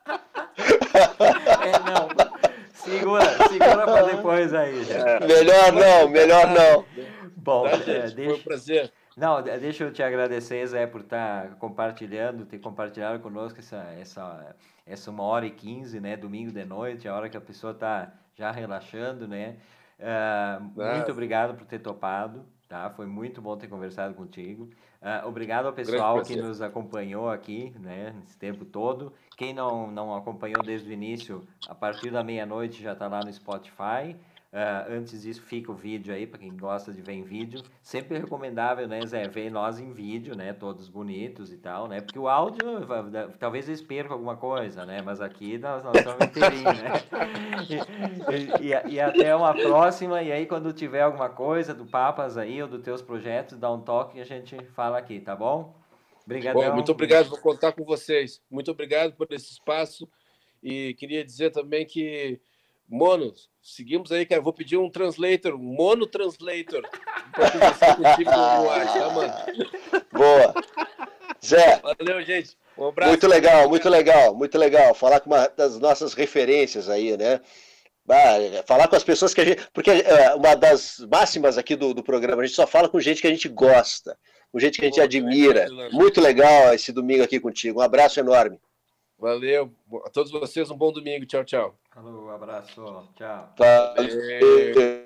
É, não. Segura, segura para depois aí, gente. Melhor não, melhor não. Bom, Tá, é, gente? Foi um deixa, prazer. Não, deixa eu te agradecer, Zé, por estar compartilhando, ter compartilhado conosco essa, essa, essa uma hora e quinze, né? Domingo de noite, a hora que a pessoa está já relaxando, né? Uh, muito obrigado por ter topado, tá? Foi muito bom ter conversado contigo. Uh, obrigado ao pessoal que nos acompanhou aqui, né? Nesse tempo todo. Quem não, não acompanhou desde o início, a partir da meia-noite já está lá no Spotify. Uh, antes disso, fica o vídeo aí, para quem gosta de ver em vídeo. Sempre recomendável, né, Zé, ver nós em vídeo, né, todos bonitos e tal, né, porque o áudio, talvez eles percam alguma coisa, né, mas aqui nós, nós estamos inteirinhos, né. E, e, e até uma próxima, e aí quando tiver alguma coisa do Papas aí, ou dos teus projetos, dá um toque e a gente fala aqui, tá bom? Obrigadão. Bom, muito obrigado, vou contar com vocês. Muito obrigado por esse espaço, e queria dizer também que Mono, seguimos aí, cara. Vou pedir um translator, um mono translator, para conversar contigo no ar, tá, mano? Boa. Zé. Valeu, gente. Um abraço. Muito legal, muito legal, muito legal. Falar com uma das nossas referências aí, né? Ah, falar com as pessoas que a gente. Porque é, uma das máximas aqui do, do programa, a gente só fala com gente que a gente gosta, com gente que a gente Pô, admira. É muito legal esse domingo aqui contigo. Um abraço enorme. Valeu. A todos vocês, um bom domingo. Tchau, tchau. Falou, abraço. Tchau. Valeu.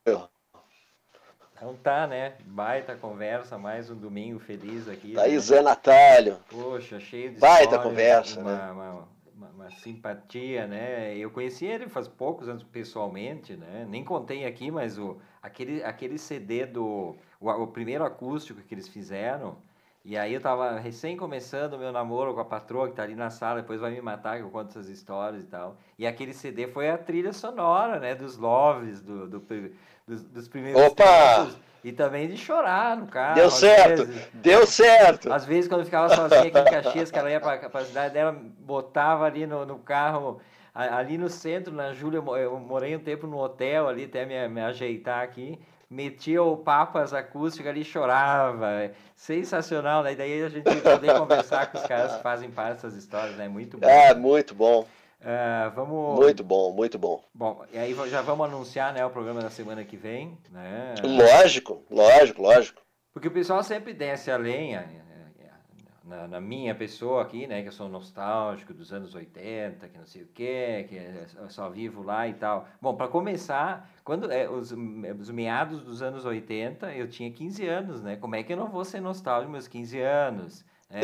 Então tá, né? Baita conversa, mais um domingo feliz aqui. Tá aí, né? Zé Natálio. Poxa, cheio de Baita história, conversa, uma, né? Uma, uma, uma simpatia, né? Eu conheci ele faz poucos anos pessoalmente, né? Nem contei aqui, mas o, aquele, aquele C D do... O, o primeiro acústico que eles fizeram... E aí eu tava recém começando o meu namoro com a patroa, que tá ali na sala, depois vai me matar que eu conto essas histórias e tal. E aquele C D foi a trilha sonora, né, dos Loves, do, do, dos, dos primeiros Opa! tempos. E também de chorar no carro. Deu certo, vezes. deu certo. Às vezes, quando eu ficava sozinha aqui em Caxias, que ela ia pra, pra cidade dela, botava ali no, no carro, ali no centro, na Júlia, eu morei um tempo no hotel ali, até me, me ajeitar aqui. Metia o Papas acústico ali e chorava. Sensacional, né? E daí a gente poder conversar com os caras que fazem parte dessas histórias, né? Muito bom. É, muito bom. Uh, vamos... Muito bom, muito bom. Bom, e aí já vamos anunciar, né, o programa da semana que vem, né? Lógico, lógico, lógico. Porque o pessoal sempre desce a lenha, na, na minha pessoa aqui, né, que eu sou nostálgico dos anos oitenta, que não sei o quê, que eu só vivo lá e tal. Bom, para começar, quando é, os, os meados dos anos oitenta, eu tinha quinze anos, né? Como é que eu não vou ser nostálgico meus quinze anos?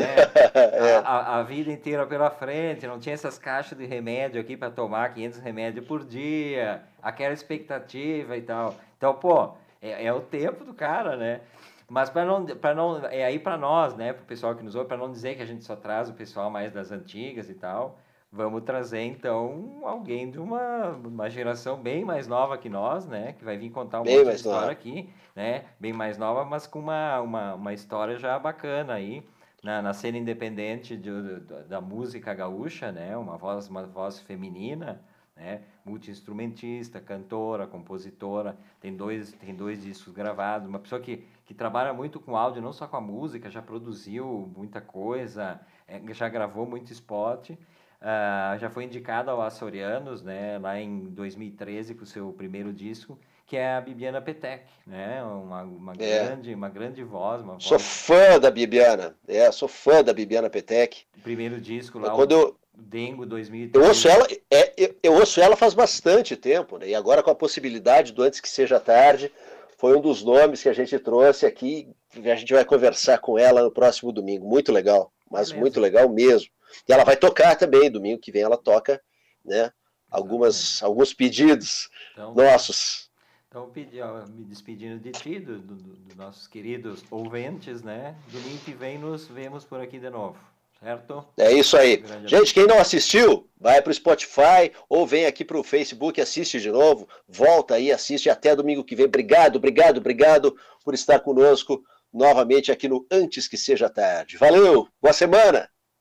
É, é. a, a, a vida inteira pela frente, não tinha essas caixas de remédio aqui para tomar quinhentos remédios por dia, aquela expectativa e tal. Então, pô, é, é o tempo do cara, né? Mas para não, para não, é aí para nós, né, para o pessoal que nos ouve, para não dizer que a gente só traz o pessoal mais das antigas e tal, vamos trazer então alguém de uma, uma geração bem mais nova que nós, né, que vai vir contar um bem monte mais de história nova. aqui, né, bem mais nova, mas com uma, uma, uma história já bacana aí na, na cena independente de, de, da música gaúcha, né, uma voz, uma voz feminina, né, multi-instrumentista, cantora, compositora, tem dois, tem dois discos gravados, uma pessoa que, que trabalha muito com áudio, não só com a música, já produziu muita coisa, é, já gravou muito spot, uh, já foi indicada ao Açorianos, né, lá em dois mil e treze com o seu primeiro disco, que é a Bibiana Petec, né, uma, uma, é. grande, uma grande voz. Uma sou voz... fã da Bibiana, é, sou fã da Bibiana Petec. Primeiro disco lá, quando eu... Dengo dois mil e treze. Eu ouço ela, é, eu, eu ouço ela faz bastante tempo, né? E agora com a possibilidade do Antes que Seja Tarde, foi um dos nomes que a gente trouxe aqui, e a gente vai conversar com ela no próximo domingo. Muito legal, mas Beleza. Muito legal mesmo. E ela vai tocar também, domingo que vem ela toca, né? Algumas, alguns pedidos então, nossos. Então, me despedindo de ti, dos do, do nossos queridos ouvintes, né? Domingo que vem nos vemos por aqui de novo. Certo? É isso aí. Um gente, quem não assistiu, vai para o Spotify ou vem aqui para o Facebook, assiste de novo, volta aí, assiste até domingo que vem. Obrigado, obrigado, obrigado por estar conosco novamente aqui no Antes que Seja Tarde. Valeu, boa semana!